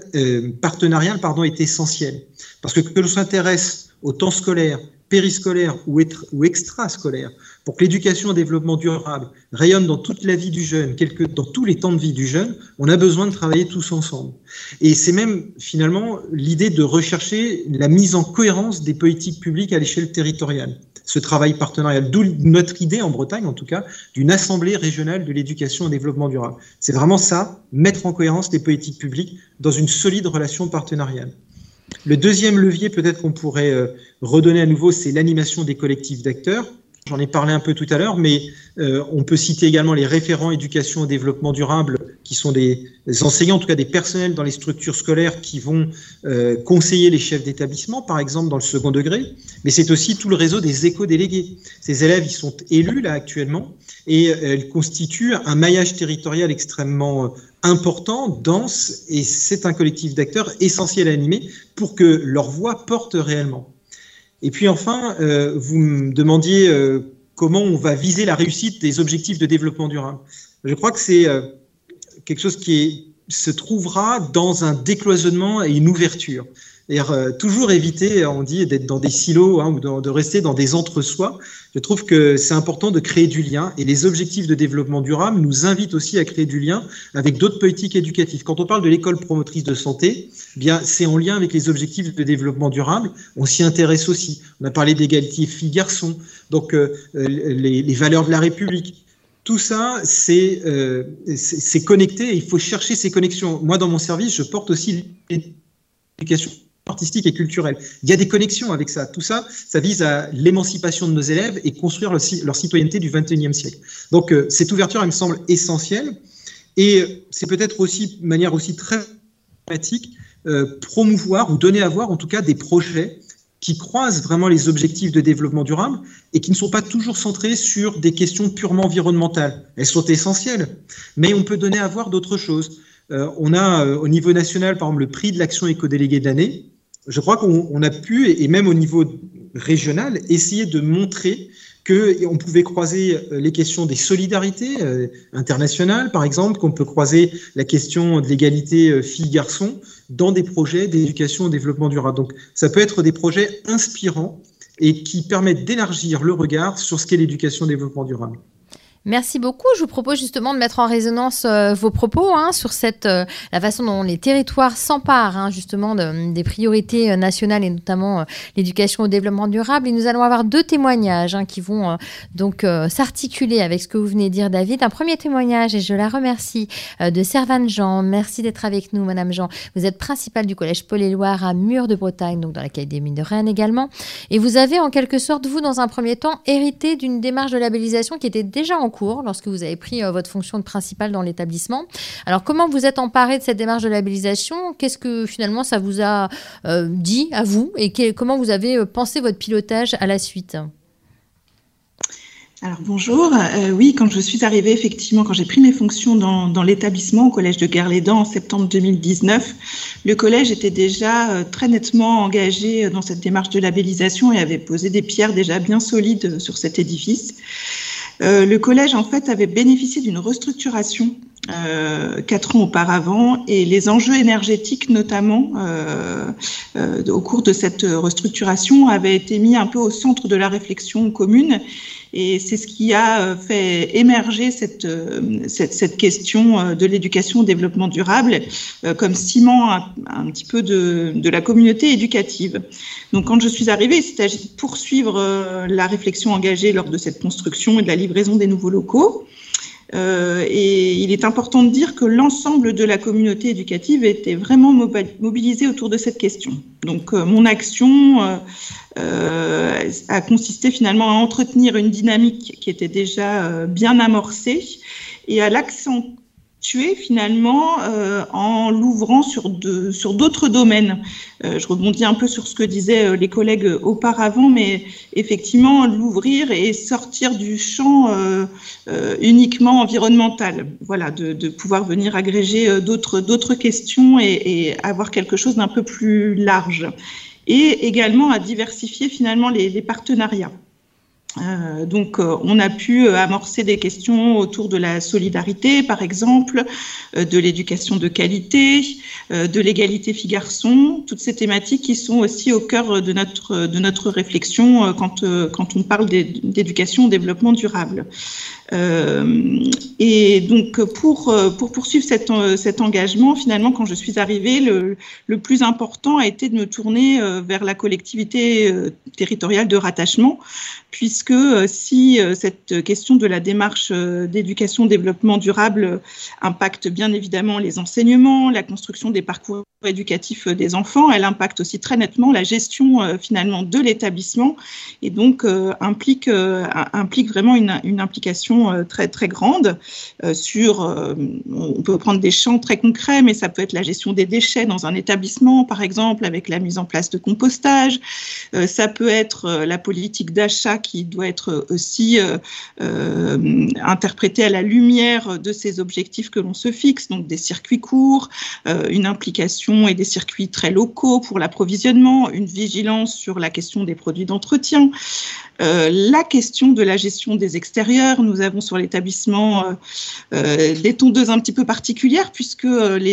est essentielle. Parce que l'on s'intéresse au temps scolaire, périscolaire ou extrascolaire, pour que l'éducation au développement durable rayonne dans toute la vie du jeune, dans tous les temps de vie du jeune, on a besoin de travailler tous ensemble. Et c'est même finalement l'idée de rechercher la mise en cohérence des politiques publiques à l'échelle territoriale. Ce travail partenarial, d'où notre idée en Bretagne en tout cas, d'une assemblée régionale de l'éducation au développement durable. C'est vraiment ça, mettre en cohérence les politiques publiques dans une solide relation partenariale. Le deuxième levier peut-être qu'on pourrait redonner à nouveau, c'est l'animation des collectifs d'acteurs. J'en ai parlé un peu tout à l'heure, mais on peut citer également les référents éducation au développement durable, qui sont des enseignants, en tout cas des personnels dans les structures scolaires qui vont conseiller les chefs d'établissement, par exemple dans le second degré, mais c'est aussi tout le réseau des éco-délégués. Ces élèves, ils sont élus là actuellement, et ils constituent un maillage territorial extrêmement important, dense, et c'est un collectif d'acteurs essentiel à animer pour que leur voix porte réellement. Et puis enfin, vous me demandiez comment on va viser la réussite des objectifs de développement durable. Je crois que c'est quelque chose qui se trouvera dans un décloisonnement et une ouverture. C'est-à-dire toujours éviter, on dit, d'être dans des silos ou de rester dans des entre-soi. Je trouve que c'est important de créer du lien et les objectifs de développement durable nous invitent aussi à créer du lien avec d'autres politiques éducatives. Quand on parle de l'école promotrice de santé, eh bien c'est en lien avec les objectifs de développement durable. On s'y intéresse aussi. On a parlé d'égalité filles-garçons, donc les valeurs de la République. Tout ça, c'est connecté et il faut chercher ces connexions. Moi, dans mon service, je porte aussi l'éducation artistique et culturelle. Il y a des connexions avec ça. Tout ça, ça vise à l'émancipation de nos élèves et construire leur citoyenneté du XXIe siècle. Donc, cette ouverture, elle me semble essentielle. Et c'est peut-être aussi, de manière aussi très pratique, promouvoir ou donner à voir, en tout cas, des projets qui croisent vraiment les objectifs de développement durable et qui ne sont pas toujours centrés sur des questions purement environnementales. Elles sont essentielles, mais on peut donner à voir d'autres choses. On a au niveau national, par exemple, le prix de l'action éco-déléguée de l'année. Je crois qu'on a pu, et même au niveau régional, essayer de montrer qu'on pouvait croiser les questions des solidarités internationales, par exemple, qu'on peut croiser la question de l'égalité filles-garçons dans des projets d'éducation au développement durable. Donc, ça peut être des projets inspirants et qui permettent d'élargir le regard sur ce qu'est l'éducation au développement durable. Merci beaucoup. Je vous propose justement de mettre en résonance vos propos sur la façon dont les territoires s'emparent justement des priorités nationales et notamment l'éducation au développement durable. Et nous allons avoir 2 témoignages qui vont donc s'articuler avec ce que vous venez de dire, David. Un premier témoignage, et je la remercie, de Servane Jean. Merci d'être avec nous, Madame Jean. Vous êtes principale du collège Paul-et-Loire à Mur-de-Bretagne, donc dans l'académie de Rennes également. Et vous avez en quelque sorte, vous, dans un premier temps, hérité d'une démarche de labellisation qui était déjà en cours lorsque vous avez pris votre fonction de principale dans l'établissement. Alors, comment vous êtes emparé de cette démarche de labellisation ? Qu'est-ce que finalement ça vous a dit à vous et comment vous avez pensé votre pilotage à la suite ? Alors bonjour, oui, quand je suis arrivée, effectivement, quand j'ai pris mes fonctions dans l'établissement au collège de Guerre-les-Dents en septembre 2019, le collège était déjà très nettement engagé dans cette démarche de labellisation et avait posé des pierres déjà bien solides sur cet édifice. Le collège, en fait, avait bénéficié d'une restructuration 4 ans auparavant et les enjeux énergétiques, notamment, au cours de cette restructuration, avaient été mis un peu au centre de la réflexion commune. Et c'est ce qui a fait émerger cette question de l'éducation au développement durable comme ciment un petit peu de la communauté éducative. Donc, quand je suis arrivée, il s'agit de poursuivre la réflexion engagée lors de cette construction et de la livraison des nouveaux locaux. Et il est important de dire que l'ensemble de la communauté éducative était vraiment mobilisée autour de cette question. Donc, mon action a consisté finalement à entretenir une dynamique qui était déjà bien amorcée et à l'accentuer finalement en l'ouvrant sur d'autres domaines. Je rebondis un peu sur ce que disaient les collègues auparavant, mais effectivement l'ouvrir et sortir du champ uniquement environnemental. Voilà, de pouvoir venir agréger d'autres questions et avoir quelque chose d'un peu plus large. Et également à diversifier finalement les partenariats. Donc, on a pu amorcer des questions autour de la solidarité, par exemple, de l'éducation de qualité, de l'égalité filles-garçons, toutes ces thématiques qui sont aussi au cœur de notre réflexion quand on parle d'éducation au développement durable. Et donc, pour poursuivre cet engagement, finalement, quand je suis arrivée, le plus important a été de me tourner vers la collectivité territoriale de rattachement, puisque si cette question de la démarche d'éducation au développement durable impacte bien évidemment les enseignements, la construction des parcours éducatifs des enfants, elle impacte aussi très nettement la gestion finalement de l'établissement et donc implique vraiment une implication très très grande on peut prendre des champs très concrets, mais ça peut être la gestion des déchets dans un établissement, par exemple, avec la mise en place de compostage. Ça peut être la politique d'achat qui doit être aussi interprétée à la lumière de ces objectifs que l'on se fixe, donc des circuits courts, une implication et des circuits très locaux pour l'approvisionnement, une vigilance sur la question des produits d'entretien, la question de la gestion des extérieurs. Nous avons sur l'établissement des tondeuses un petit peu particulières puisque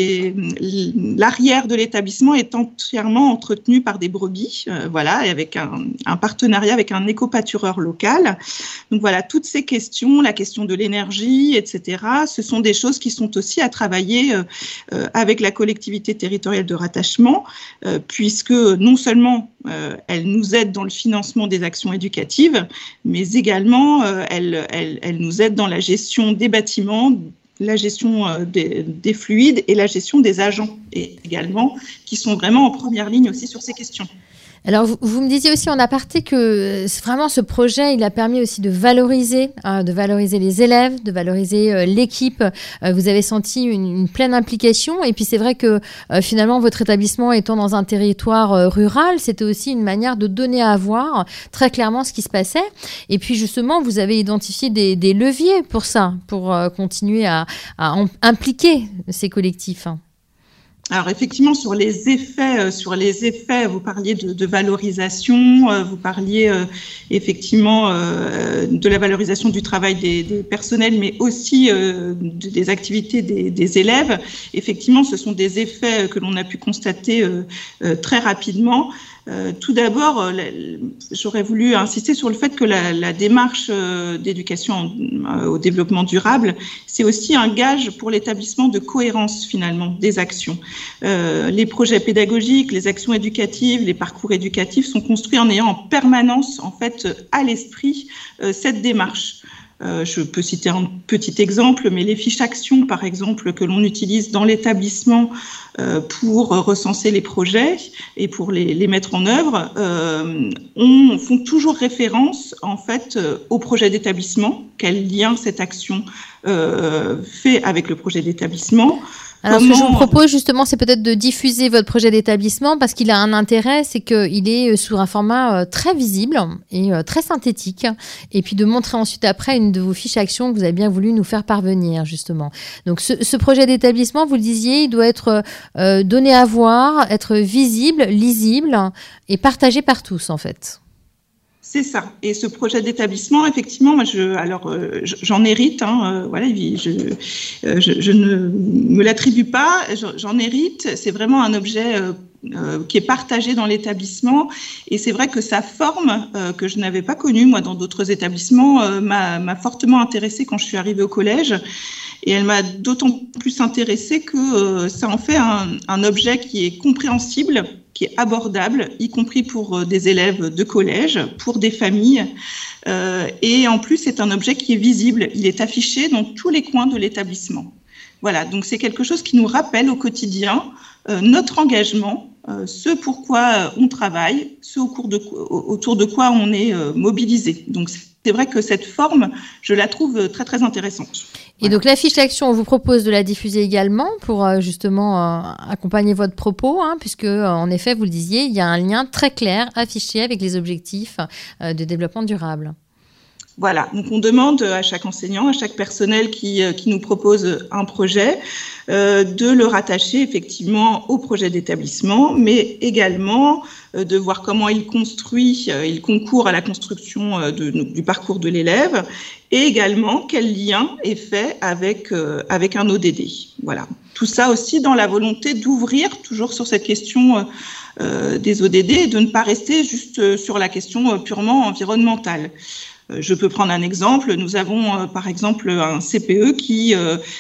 l'arrière de l'établissement est entièrement entretenu par des brebis, voilà, et avec un partenariat avec un éco-pâtureur local. Donc voilà, toutes ces questions, la question de l'énergie, etc., ce sont des choses qui sont aussi à travailler avec la collectivité territoriale de rattachement, puisque non seulement elle nous aide dans le financement des actions éducatives, mais également elle nous aide dans la gestion des bâtiments, la gestion des fluides et la gestion des agents également, qui sont vraiment en première ligne aussi sur ces questions. Alors, vous me disiez aussi en aparté que vraiment ce projet, il a permis aussi de valoriser les élèves, de valoriser l'équipe. Vous avez senti une pleine implication. Et puis, c'est vrai que finalement, votre établissement étant dans un territoire rural, c'était aussi une manière de donner à voir très clairement ce qui se passait. Et puis, justement, vous avez identifié des leviers pour ça, pour continuer à impliquer ces collectifs. Alors effectivement, sur les effets, vous parliez de valorisation, vous parliez effectivement de la valorisation du travail des personnels, mais aussi des activités des élèves. Effectivement, ce sont des effets que l'on a pu constater très rapidement. Tout d'abord, j'aurais voulu insister sur le fait que la démarche d'éducation au développement durable, c'est aussi un gage pour l'établissement de cohérence finalement des actions. Les projets pédagogiques, les actions éducatives, les parcours éducatifs sont construits en ayant en permanence en fait à l'esprit cette démarche. Je peux citer un petit exemple, mais les fiches actions, par exemple, que l'on utilise dans l'établissement pour recenser les projets et pour les mettre en œuvre, font toujours référence, en fait, au projet d'établissement. Quel lien cette action fait avec le projet d'établissement ? Alors, ce que je vous propose justement, c'est peut-être de diffuser votre projet d'établissement parce qu'il a un intérêt, c'est qu'il est sous un format très visible et très synthétique. Et puis de montrer ensuite après une de vos fiches actions que vous avez bien voulu nous faire parvenir justement. Donc ce projet d'établissement, vous le disiez, il doit être donné à voir, être visible, lisible et partagé par tous en fait. C'est ça. Et ce projet d'établissement, effectivement, moi, j'en hérite. Voilà, je ne me l'attribue pas. J'en hérite. C'est vraiment un objet qui est partagé dans l'établissement. Et c'est vrai que sa forme, que je n'avais pas connue, moi, dans d'autres établissements, m'a fortement intéressée quand je suis arrivée au collège. Et elle m'a d'autant plus intéressée que ça en fait un objet qui est compréhensible, qui est abordable, y compris pour des élèves de collège, pour des familles. Et en plus, c'est un objet qui est visible. Il est affiché dans tous les coins de l'établissement. Voilà, donc c'est quelque chose qui nous rappelle au quotidien notre engagement ce pourquoi on travaille, ce autour de quoi on est mobilisé. Donc, c'est vrai que cette forme, je la trouve très, très intéressante. Et donc, la fiche d'action, on vous propose de la diffuser également pour justement accompagner votre propos, puisque, en effet, vous le disiez, il y a un lien très clair affiché avec les objectifs de développement durable. Voilà, donc on demande à chaque enseignant, à chaque personnel qui nous propose un projet, de le rattacher effectivement au projet d'établissement, mais également de voir comment il concourt à la construction du parcours de l'élève, et également quel lien est fait avec un ODD. Voilà, tout ça aussi dans la volonté d'ouvrir toujours sur cette question des ODD et de ne pas rester juste sur la question purement environnementale. Je peux prendre un exemple. Nous avons par exemple un CPE qui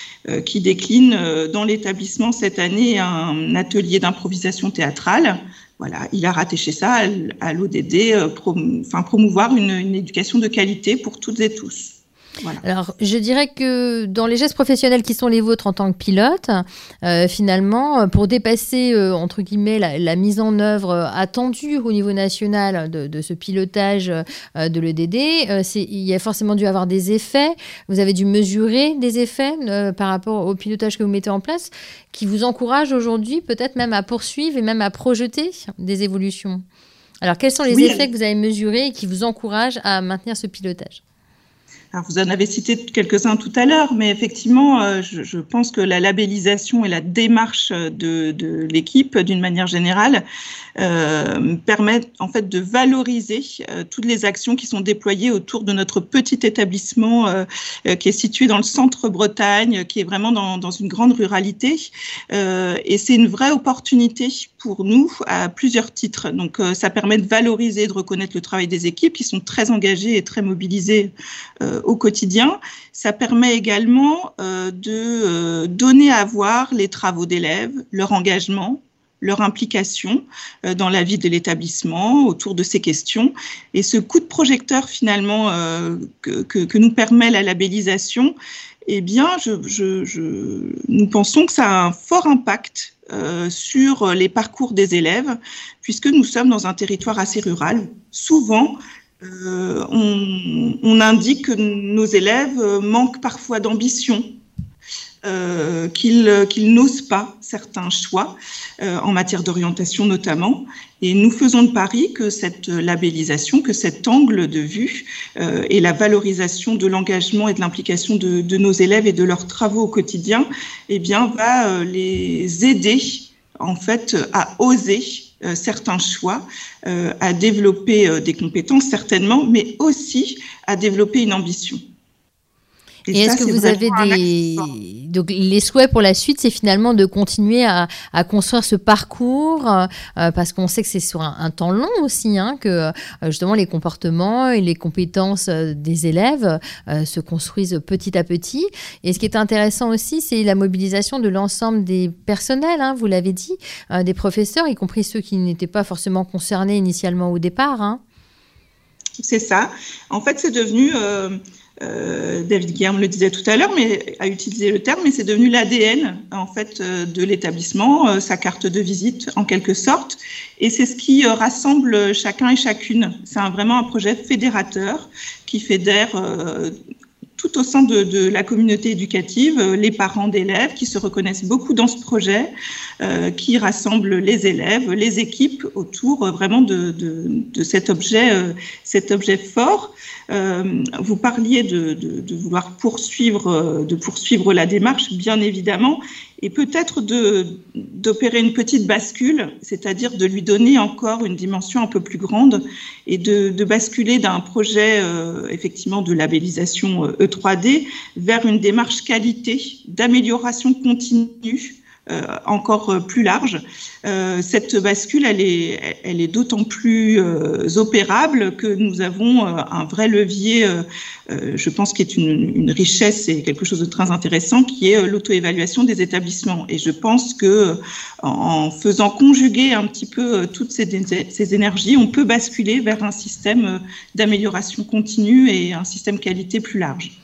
décline dans l'établissement cette année un atelier d'improvisation théâtrale. Voilà, il a rattaché ça à l'ODD, promouvoir une éducation de qualité pour toutes et tous. Voilà. Alors, je dirais que dans les gestes professionnels qui sont les vôtres en tant que pilote, finalement, pour dépasser, entre guillemets, la mise en œuvre attendue au niveau national de ce pilotage de l'EDD, il y a forcément dû avoir des effets. Vous avez dû mesurer des effets par rapport au pilotage que vous mettez en place, qui vous encouragent aujourd'hui peut-être même à poursuivre et même à projeter des évolutions. Alors, quels sont les effets que vous avez mesurés et qui vous encouragent à maintenir ce pilotage ? Alors, vous en avez cité quelques-uns tout à l'heure, mais effectivement, je pense que la labellisation et la démarche de l'équipe, d'une manière générale, permettent en fait de valoriser toutes les actions qui sont déployées autour de notre petit établissement qui est situé dans le centre Bretagne, qui est vraiment dans une grande ruralité. Et c'est une vraie opportunité pour nous à plusieurs titres. Donc, ça permet de valoriser, de reconnaître le travail des équipes qui sont très engagées et très mobilisées au quotidien. Ça permet également de donner à voir les travaux d'élèves, leur engagement, leur implication dans la vie de l'établissement autour de ces questions. Et ce coup de projecteur, finalement, que nous permet la labellisation, eh bien, nous pensons que ça a un fort impact sur les parcours des élèves, puisque nous sommes dans un territoire assez rural. Souvent, on indique que nos élèves manquent parfois d'ambition, qu'ils n'osent pas certains choix en matière d'orientation notamment. Et nous faisons le pari que cette labellisation, que cet angle de vue et la valorisation de l'engagement et de l'implication de nos élèves et de leurs travaux au quotidien, eh bien, va les aider en fait à oser certains choix, à développer des compétences certainement, mais aussi à développer une ambition. Et est-ce que vous avez donc les souhaits pour la suite, c'est finalement de continuer à construire ce parcours, parce qu'on sait que c'est sur un temps long aussi, que justement les comportements et les compétences des élèves se construisent petit à petit. Et ce qui est intéressant aussi, c'est la mobilisation de l'ensemble des personnels, vous l'avez dit, des professeurs, y compris ceux qui n'étaient pas forcément concernés initialement au départ. C'est ça. En fait, c'est devenu... David Guillaume le disait tout à l'heure, mais a utilisé le terme, mais c'est devenu l'ADN en fait de l'établissement, sa carte de visite en quelque sorte, et c'est ce qui rassemble chacun et chacune. C'est vraiment un projet fédérateur qui fédère tout au sein de la communauté éducative, les parents d'élèves qui se reconnaissent beaucoup dans ce projet, qui rassemble les élèves, les équipes autour vraiment de cet objet fort. Vous parliez de vouloir poursuivre la démarche, bien évidemment, et peut-être d'opérer une petite bascule, c'est-à-dire de lui donner encore une dimension un peu plus grande et de basculer d'un projet effectivement de labellisation E3D vers une démarche qualité, d'amélioration continue, encore plus large. Cette bascule, elle est d'autant plus opérable que nous avons un vrai levier, je pense, qui est une richesse et quelque chose de très intéressant, qui est l'auto-évaluation des établissements. Et je pense que en faisant conjuguer un petit peu toutes ces énergies, on peut basculer vers un système d'amélioration continue et un système qualité plus large.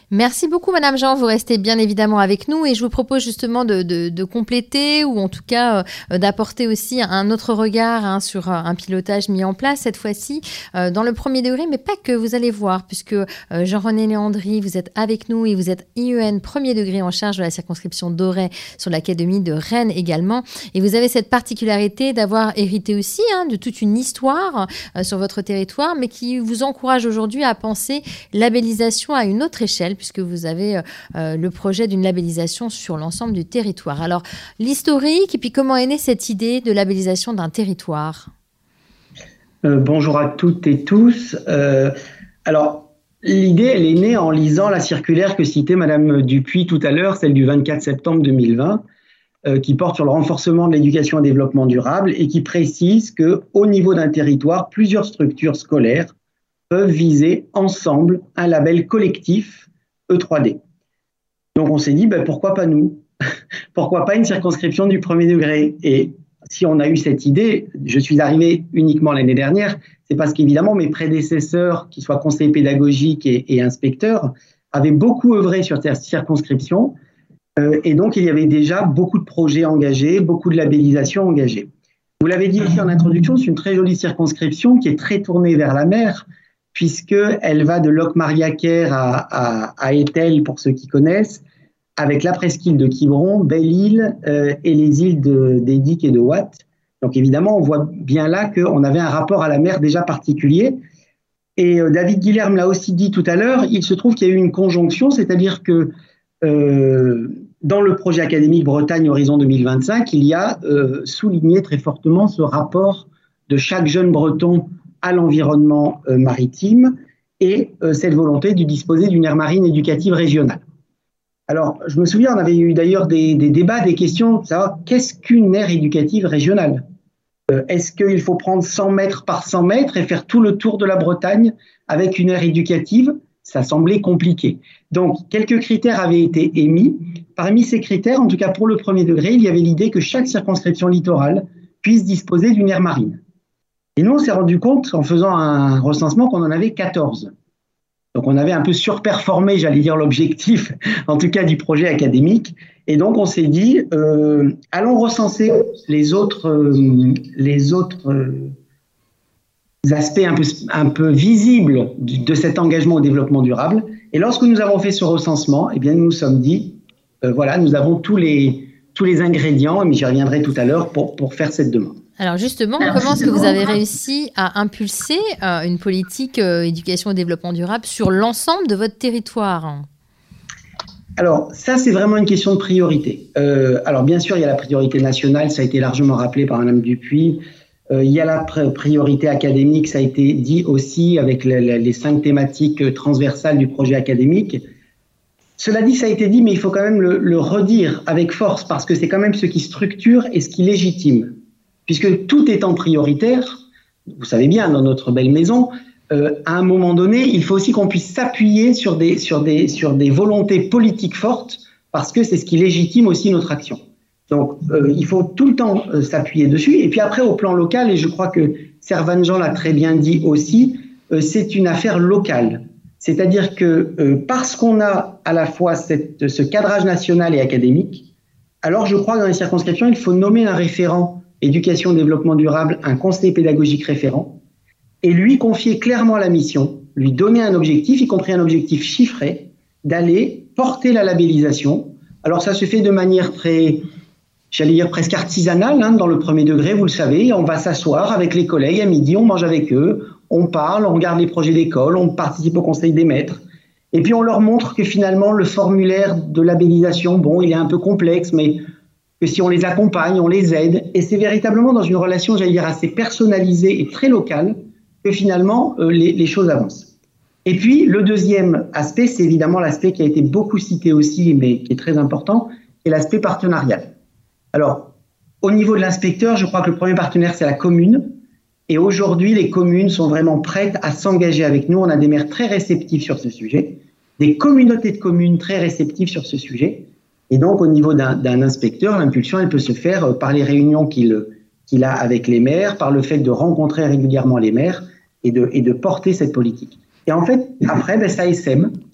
Merci beaucoup, Madame Jean. Vous restez bien évidemment avec nous et je vous propose justement de compléter ou en tout cas d'apporter aussi un autre regard sur un pilotage mis en place cette fois-ci dans le premier degré, mais pas que. Vous allez voir, puisque Jean-René Léandri, vous êtes avec nous et vous êtes IEN premier degré en charge de la circonscription d'Auray sur l'Académie de Rennes également. Et vous avez cette particularité d'avoir hérité aussi de toute une histoire sur votre territoire, mais qui vous encourage aujourd'hui à penser labellisation à une autre échelle, puisque vous avez le projet d'une labellisation sur l'ensemble du territoire. Alors, l'historique, et puis comment est née cette idée de labellisation d'un territoire ? Bonjour à toutes et tous. Alors, l'idée, elle est née en lisant la circulaire que citait Madame Dupuis tout à l'heure, celle du 24 septembre 2020, qui porte sur le renforcement de l'éducation au développement durable et qui précise qu'au niveau d'un territoire, plusieurs structures scolaires peuvent viser ensemble un label collectif E3D. Donc on s'est dit, pourquoi pas nous ? Pourquoi pas une circonscription du premier degré ? Et si on a eu cette idée, je suis arrivé uniquement l'année dernière, c'est parce qu'évidemment mes prédécesseurs, qui soient conseillers pédagogiques et inspecteurs, avaient beaucoup œuvré sur cette circonscription. Et donc il y avait déjà beaucoup de projets engagés, beaucoup de labellisations engagées. Vous l'avez dit aussi en introduction, c'est une très jolie circonscription qui est très tournée vers la mer, puisqu'elle va de Locmariaquer à Étel, pour ceux qui connaissent, avec la presqu'île de Quiberon, Belle-Île et les îles d'Edic et de Watt. Donc évidemment, on voit bien là qu'on avait un rapport à la mer déjà particulier. Et David Guilherme l'a aussi dit tout à l'heure, il se trouve qu'il y a eu une conjonction, c'est-à-dire que dans le projet académique Bretagne Horizon 2025, il y a souligné très fortement ce rapport de chaque jeune breton à l'environnement maritime et cette volonté de disposer d'une aire marine éducative régionale. Alors, je me souviens, on avait eu d'ailleurs des débats, des questions de savoir qu'est-ce qu'une aire éducative régionale ? Est-ce qu'il faut prendre 100 mètres par 100 mètres et faire tout le tour de la Bretagne avec une aire éducative ? Ça semblait compliqué. Donc, quelques critères avaient été émis. Parmi ces critères, en tout cas pour le premier degré, il y avait l'idée que chaque circonscription littorale puisse disposer d'une aire marine. Et nous, on s'est rendu compte, en faisant un recensement, qu'on en avait 14. Donc, on avait un peu surperformé, j'allais dire, l'objectif, en tout cas du projet académique. Et donc, on s'est dit, allons recenser les autres aspects un peu visibles de cet engagement au développement durable. Et lorsque nous avons fait ce recensement, eh bien, nous nous sommes dit, voilà, nous avons tous les ingrédients, mais j'y reviendrai tout à l'heure, pour faire cette demande. Alors justement, comment est-ce que vous avez réussi à impulser une politique éducation et développement durable sur l'ensemble de votre territoire ? Alors ça, c'est vraiment une question de priorité. Alors bien sûr, il y a la priorité nationale, ça a été largement rappelé par Mme Dupuis. Il y a la priorité académique, ça a été dit aussi avec les 5 thématiques transversales du projet académique. Cela dit, ça a été dit, mais il faut quand même le redire avec force, parce que c'est quand même ce qui structure et ce qui légitime. Puisque tout étant prioritaire, vous savez bien, dans notre belle maison, à un moment donné, il faut aussi qu'on puisse s'appuyer sur des volontés politiques fortes, parce que c'est ce qui légitime aussi notre action. Donc, il faut tout le temps s'appuyer dessus. Et puis après, au plan local, et je crois que Servan Jean l'a très bien dit aussi, c'est une affaire locale. C'est-à-dire que parce qu'on a à la fois ce cadrage national et académique, alors je crois que dans les circonscriptions, il faut nommer un référent éducation, développement durable, un conseiller pédagogique référent, et lui confier clairement la mission, lui donner un objectif, y compris un objectif chiffré, d'aller porter la labellisation. Alors ça se fait de manière très, j'allais dire presque artisanale, dans le premier degré, vous le savez, on va s'asseoir avec les collègues à midi, on mange avec eux, on parle, on regarde les projets d'école, on participe au conseil des maîtres, et puis on leur montre que finalement le formulaire de labellisation, bon, il est un peu complexe, mais que si on les accompagne, on les aide, et c'est véritablement dans une relation, j'allais dire, assez personnalisée et très locale, que finalement les choses avancent. Et puis, le deuxième aspect, c'est évidemment l'aspect qui a été beaucoup cité aussi, mais qui est très important, c'est l'aspect partenarial. Alors, au niveau de l'inspecteur, je crois que le premier partenaire, c'est la commune, et aujourd'hui, les communes sont vraiment prêtes à s'engager avec nous. On a des maires très réceptifs sur ce sujet, des communautés de communes très réceptives sur ce sujet. Et donc, au niveau d'un inspecteur, l'impulsion, elle peut se faire par les réunions qu'il a avec les maires, par le fait de rencontrer régulièrement les maires et de porter cette politique. Et en fait, après, ça essaime.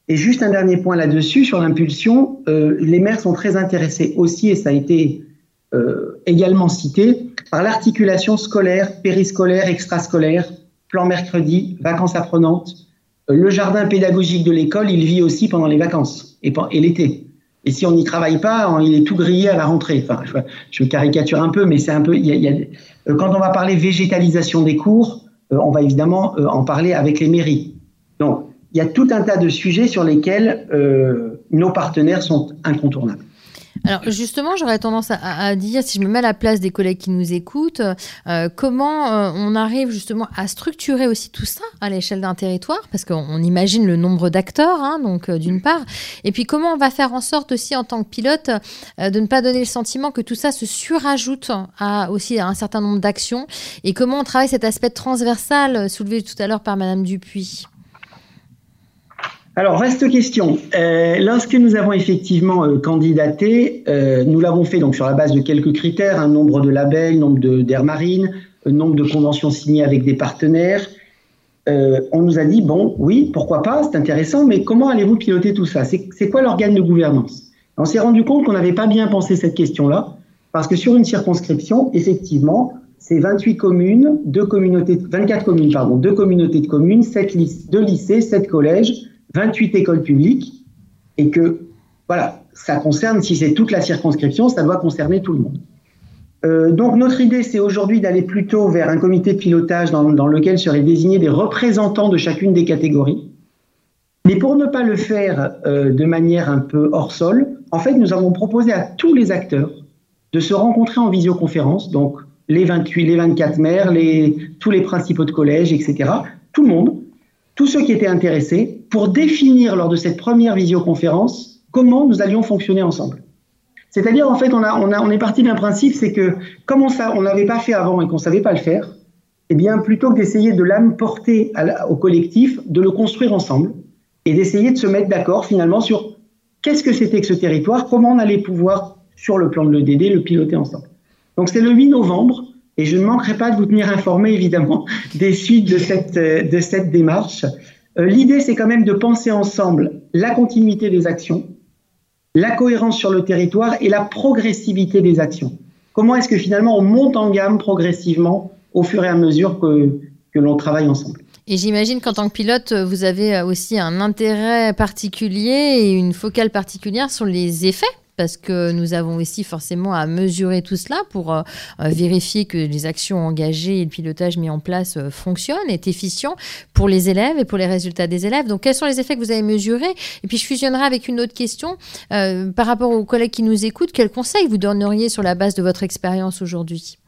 Et juste un dernier point là-dessus, sur l'impulsion, les maires sont très intéressés aussi, et ça a été également cité, par l'articulation scolaire, périscolaire, extrascolaire, plan mercredi, vacances apprenantes. Le jardin pédagogique de l'école, il vit aussi pendant les vacances et l'été. Et si on n'y travaille pas, il est tout grillé à la rentrée. Enfin, je caricature un peu, mais c'est un peu. Quand on va parler végétalisation des cours, on va évidemment en parler avec les mairies. Donc, il y a tout un tas de sujets sur lesquels nos partenaires sont incontournables. Alors justement, j'aurais tendance à dire, si je me mets à la place des collègues qui nous écoutent, comment on arrive justement à structurer aussi tout ça à l'échelle d'un territoire, parce qu'on imagine le nombre d'acteurs, donc d'une part, et puis comment on va faire en sorte aussi en tant que pilote de ne pas donner le sentiment que tout ça se surajoute aussi à un certain nombre d'actions, et comment on travaille cet aspect transversal soulevé tout à l'heure par Madame Dupuis. Alors, vaste question. Lorsque nous avons effectivement candidaté, nous l'avons fait donc sur la base de quelques critères, un nombre de labels, nombre d'aires marines, nombre de conventions signées avec des partenaires. On nous a dit, bon, oui, pourquoi pas, c'est intéressant, mais comment allez-vous piloter tout ça? C'est quoi l'organe de gouvernance? On s'est rendu compte qu'on n'avait pas bien pensé cette question-là, parce que sur une circonscription, effectivement, c'est 28 communes, 24 communes, pardon, 2 communautés de communes, 2 lycées, 7 collèges, 28 écoles publiques, et que, voilà, ça concerne, si c'est toute la circonscription, ça doit concerner tout le monde. Donc, notre idée, c'est aujourd'hui d'aller plutôt vers un comité de pilotage dans lequel seraient désignés des représentants de chacune des catégories. Mais pour ne pas le faire de manière un peu hors sol, en fait, nous avons proposé à tous les acteurs de se rencontrer en visioconférence, donc les 28, les 24 maires, tous les principaux de collèges, etc., tout le monde, tous ceux qui étaient intéressés, pour définir lors de cette première visioconférence comment nous allions fonctionner ensemble. C'est-à-dire, en fait, on est parti d'un principe, c'est que comme on n'avait pas fait avant et qu'on ne savait pas le faire, eh bien, plutôt que d'essayer de l'apporter au collectif, de le construire ensemble et d'essayer de se mettre d'accord finalement sur qu'est-ce que c'était que ce territoire, comment on allait pouvoir, sur le plan de l'EDD, le piloter ensemble. Donc, c'est le 8 novembre. Et je ne manquerai pas de vous tenir informé, évidemment, des suites de cette démarche. L'idée, c'est quand même de penser ensemble la continuité des actions, la cohérence sur le territoire et la progressivité des actions. Comment est-ce que finalement on monte en gamme progressivement au fur et à mesure que l'on travaille ensemble? Et j'imagine qu'en tant que pilote, vous avez aussi un intérêt particulier et une focale particulière sur les effets, parce que nous avons aussi forcément à mesurer tout cela pour vérifier que les actions engagées et le pilotage mis en place fonctionnent, est efficient pour les élèves et pour les résultats des élèves. Donc, quels sont les effets que vous avez mesurés? Et puis, je fusionnerai avec une autre question. Par rapport aux collègues qui nous écoutent, quels conseils vous donneriez sur la base de votre expérience aujourd'hui?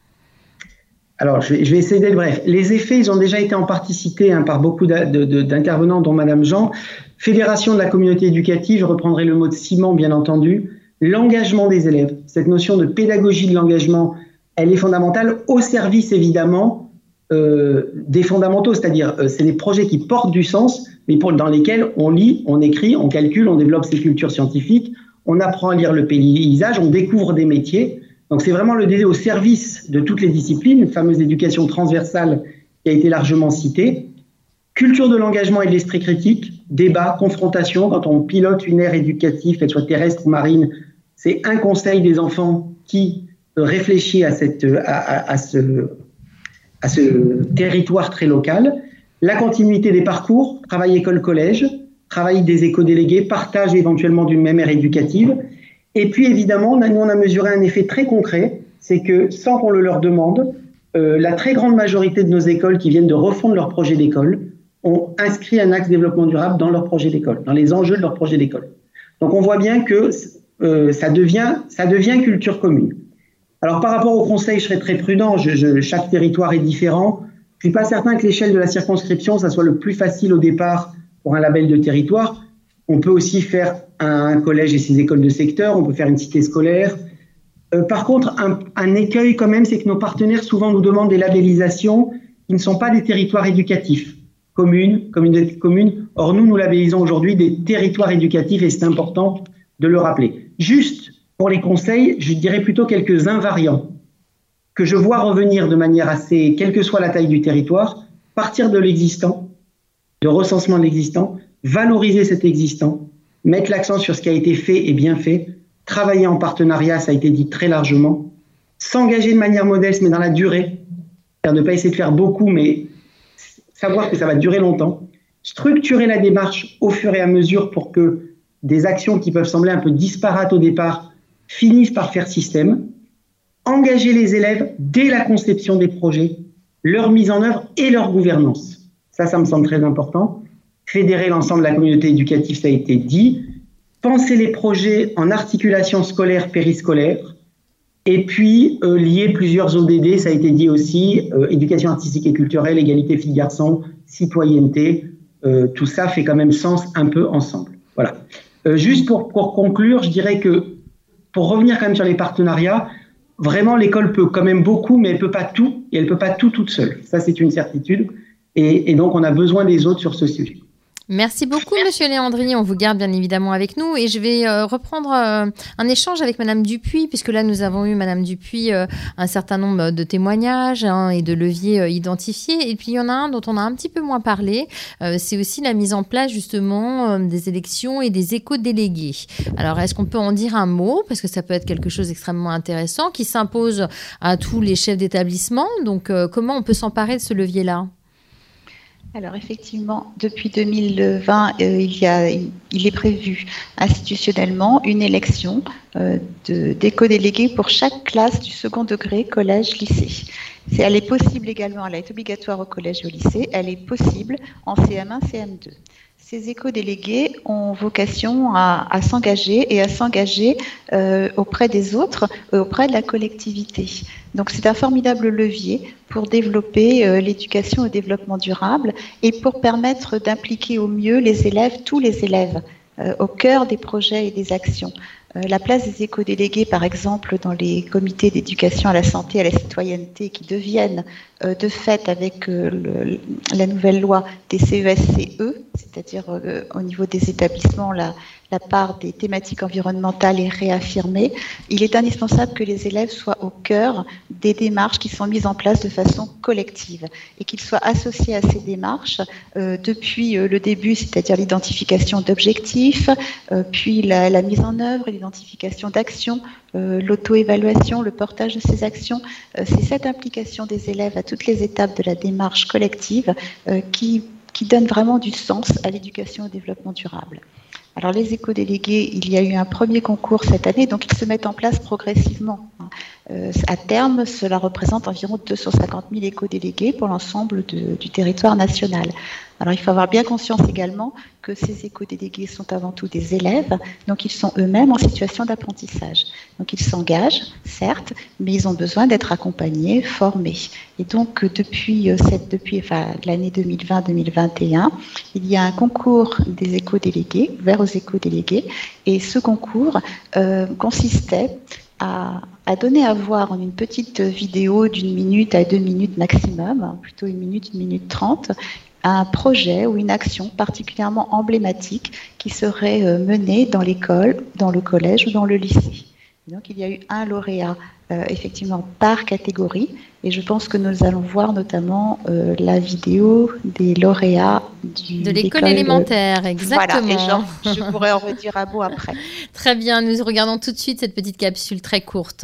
Alors, je vais essayer d'être bref. Les effets, ils ont déjà été en partie cités par beaucoup d'intervenants, dont Madame Jean. Fédération de la communauté éducative, je reprendrai le mot de ciment, bien entendu. L'engagement des élèves, cette notion de pédagogie de l'engagement, elle est fondamentale au service évidemment des fondamentaux, c'est-à-dire c'est des projets qui portent du sens, mais dans lesquels on lit, on écrit, on calcule, on développe ses cultures scientifiques, on apprend à lire le paysage, on découvre des métiers. Donc c'est vraiment le DD au service de toutes les disciplines, une fameuse éducation transversale qui a été largement citée. Culture de l'engagement et de l'esprit critique, débat, confrontation, quand on pilote une aire éducative, qu'elle soit terrestre ou marine, c'est un conseil des enfants qui réfléchit à ce territoire très local. La continuité des parcours, travail école-collège, travail des éco-délégués, partage éventuellement d'une même aire éducative. Et puis évidemment, nous on a mesuré un effet très concret, c'est que sans qu'on le leur demande, la très grande majorité de nos écoles qui viennent de refondre leur projet d'école ont inscrit un axe développement durable dans leur projet d'école, dans les enjeux de leur projet d'école. Donc on voit bien que ça devient culture commune. Alors par rapport au conseil, je serais très prudent, chaque territoire est différent. Je ne suis pas certain que l'échelle de la circonscription, ça soit le plus facile au départ pour un label de territoire. On peut aussi faire un collège et ses écoles de secteur, on peut faire une cité scolaire. Par contre, un écueil quand même, c'est que nos partenaires souvent nous demandent des labellisations qui ne sont pas des territoires éducatifs. Communes, communautés de communes. Or, nous labellisons aujourd'hui des territoires éducatifs et c'est important de le rappeler. Juste pour les conseils, je dirais plutôt quelques invariants que je vois revenir de manière assez, quelle que soit la taille du territoire, partir de l'existant, de recensement de l'existant, valoriser cet existant, mettre l'accent sur ce qui a été fait et bien fait, travailler en partenariat, ça a été dit très largement, s'engager de manière modeste mais dans la durée, c'est-à-dire ne pas essayer de faire beaucoup mais savoir que ça va durer longtemps, structurer la démarche au fur et à mesure pour que des actions qui peuvent sembler un peu disparates au départ finissent par faire système, engager les élèves dès la conception des projets, leur mise en œuvre et leur gouvernance. Ça me semble très important. Fédérer l'ensemble de la communauté éducative, ça a été dit. Penser les projets en articulation scolaire, périscolaire. Et puis, lier plusieurs ODD, ça a été dit aussi, éducation artistique et culturelle, égalité filles-garçons, citoyenneté, tout ça fait quand même sens un peu ensemble. Voilà. Juste pour conclure, je dirais que, pour revenir quand même sur les partenariats, vraiment l'école peut quand même beaucoup, mais elle peut pas tout, et elle peut pas tout toute seule. Ça, c'est une certitude. Et donc, on a besoin des autres sur ce sujet. Merci beaucoup, Monsieur Léandri. On vous garde bien évidemment avec nous. Et je vais reprendre un échange avec Madame Dupuis, puisque là, nous avons eu, Madame Dupuis, un certain nombre de témoignages et de leviers identifiés. Et puis, il y en a un dont on a un petit peu moins parlé. C'est aussi la mise en place, justement, des élections et des éco-délégués. Alors, est-ce qu'on peut en dire un mot? Parce que ça peut être quelque chose d'extrêmement intéressant qui s'impose à tous les chefs d'établissement. Donc, comment on peut s'emparer de ce levier-là? Alors effectivement, depuis 2020, il est prévu institutionnellement une élection d'éco-délégués pour chaque classe du second degré, collège, lycée. Elle est possible également, elle est obligatoire au collège et au lycée, elle est possible en CM1, CM2. Ces éco-délégués ont vocation à s'engager et à s'engager auprès des autres, auprès de la collectivité. Donc c'est un formidable levier pour développer l'éducation au développement durable et pour permettre d'impliquer au mieux les élèves, tous les élèves, au cœur des projets et des actions. La place des éco-délégués, par exemple, dans les comités d'éducation à la santé et à la citoyenneté qui deviennent de fait avec la nouvelle loi des CESCE, c'est-à-dire au niveau des établissements, la part des thématiques environnementales est réaffirmée. Il est indispensable que les élèves soient au cœur des démarches qui sont mises en place de façon collective et qu'ils soient associés à ces démarches depuis le début, c'est-à-dire l'identification d'objectifs, puis la mise en œuvre et l'identification d'actions, l'auto-évaluation, le portage de ces actions. C'est cette implication des élèves à toutes les étapes de la démarche collective qui donne vraiment du sens à l'éducation au développement durable. Alors les éco-délégués, il y a eu un premier concours cette année, donc ils se mettent en place progressivement. À terme, cela représente environ 250 000 éco-délégués pour l'ensemble du territoire national. Alors il faut avoir bien conscience également que ces éco-délégués sont avant tout des élèves, donc ils sont eux-mêmes en situation d'apprentissage. Donc ils s'engagent, certes, mais ils ont besoin d'être accompagnés, formés. Et donc depuis l'année 2020-2021, il y a un concours des éco-délégués, ouvert aux éco-délégués, et ce concours consistait à donner à voir en une petite vidéo d'1 minute à 2 minutes maximum, plutôt 1 minute 30, un projet ou une action particulièrement emblématique qui serait menée dans l'école, dans le collège ou dans le lycée. Et donc il y a eu un lauréat effectivement par catégorie et je pense que nous allons voir notamment la vidéo des lauréats de l'école élémentaire, exactement. Voilà, et je pourrais en redire un mot après. Très bien, nous regardons tout de suite cette petite capsule très courte.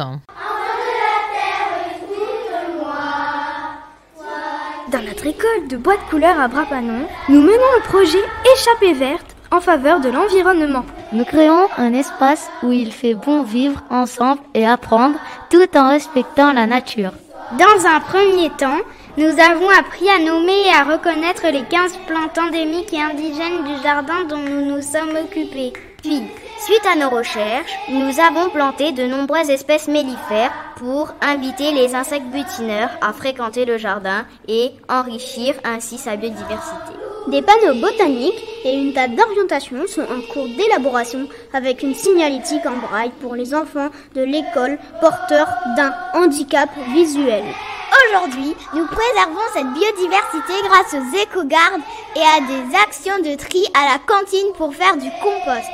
Dans notre école de bois de couleurs à Brapanon, nous menons le projet Échappée verte en faveur de l'environnement. Nous créons un espace où il fait bon vivre ensemble et apprendre tout en respectant la nature. Dans un premier temps, nous avons appris à nommer et à reconnaître les 15 plantes endémiques et indigènes du jardin dont nous nous sommes occupés. Puis, suite à nos recherches, nous avons planté de nombreuses espèces mellifères pour inviter les insectes butineurs à fréquenter le jardin et enrichir ainsi sa biodiversité. Des panneaux botaniques et une table d'orientation sont en cours d'élaboration avec une signalétique en braille pour les enfants de l'école porteurs d'un handicap visuel. Aujourd'hui, nous préservons cette biodiversité grâce aux éco-gardes et à des actions de tri à la cantine pour faire du compost.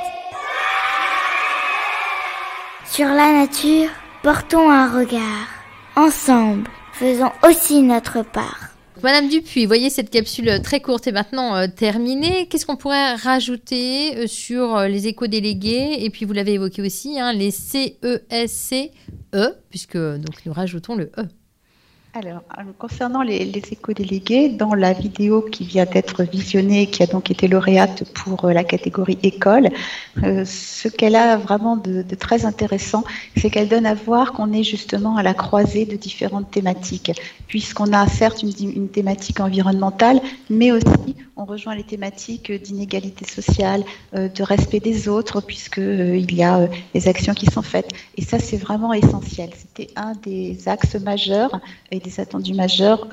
Sur la nature, portons un regard. Ensemble, faisons aussi notre part. Madame Dupuis, voyez, cette capsule très courte est maintenant terminée. Qu'est-ce qu'on pourrait rajouter sur les éco-délégués? Et puis, vous l'avez évoqué aussi, les CESCE, puisque donc, nous rajoutons le E. Alors, concernant les éco-délégués, dans la vidéo qui vient d'être visionnée, qui a donc été lauréate pour la catégorie école, ce qu'elle a vraiment de très intéressant, c'est qu'elle donne à voir qu'on est justement à la croisée de différentes thématiques, puisqu'on a certes une thématique environnementale, mais aussi on rejoint les thématiques d'inégalité sociale, de respect des autres, puisqu'il y a des actions qui sont faites. Et ça, c'est vraiment essentiel. C'était un des axes majeurs et des attendus majeurs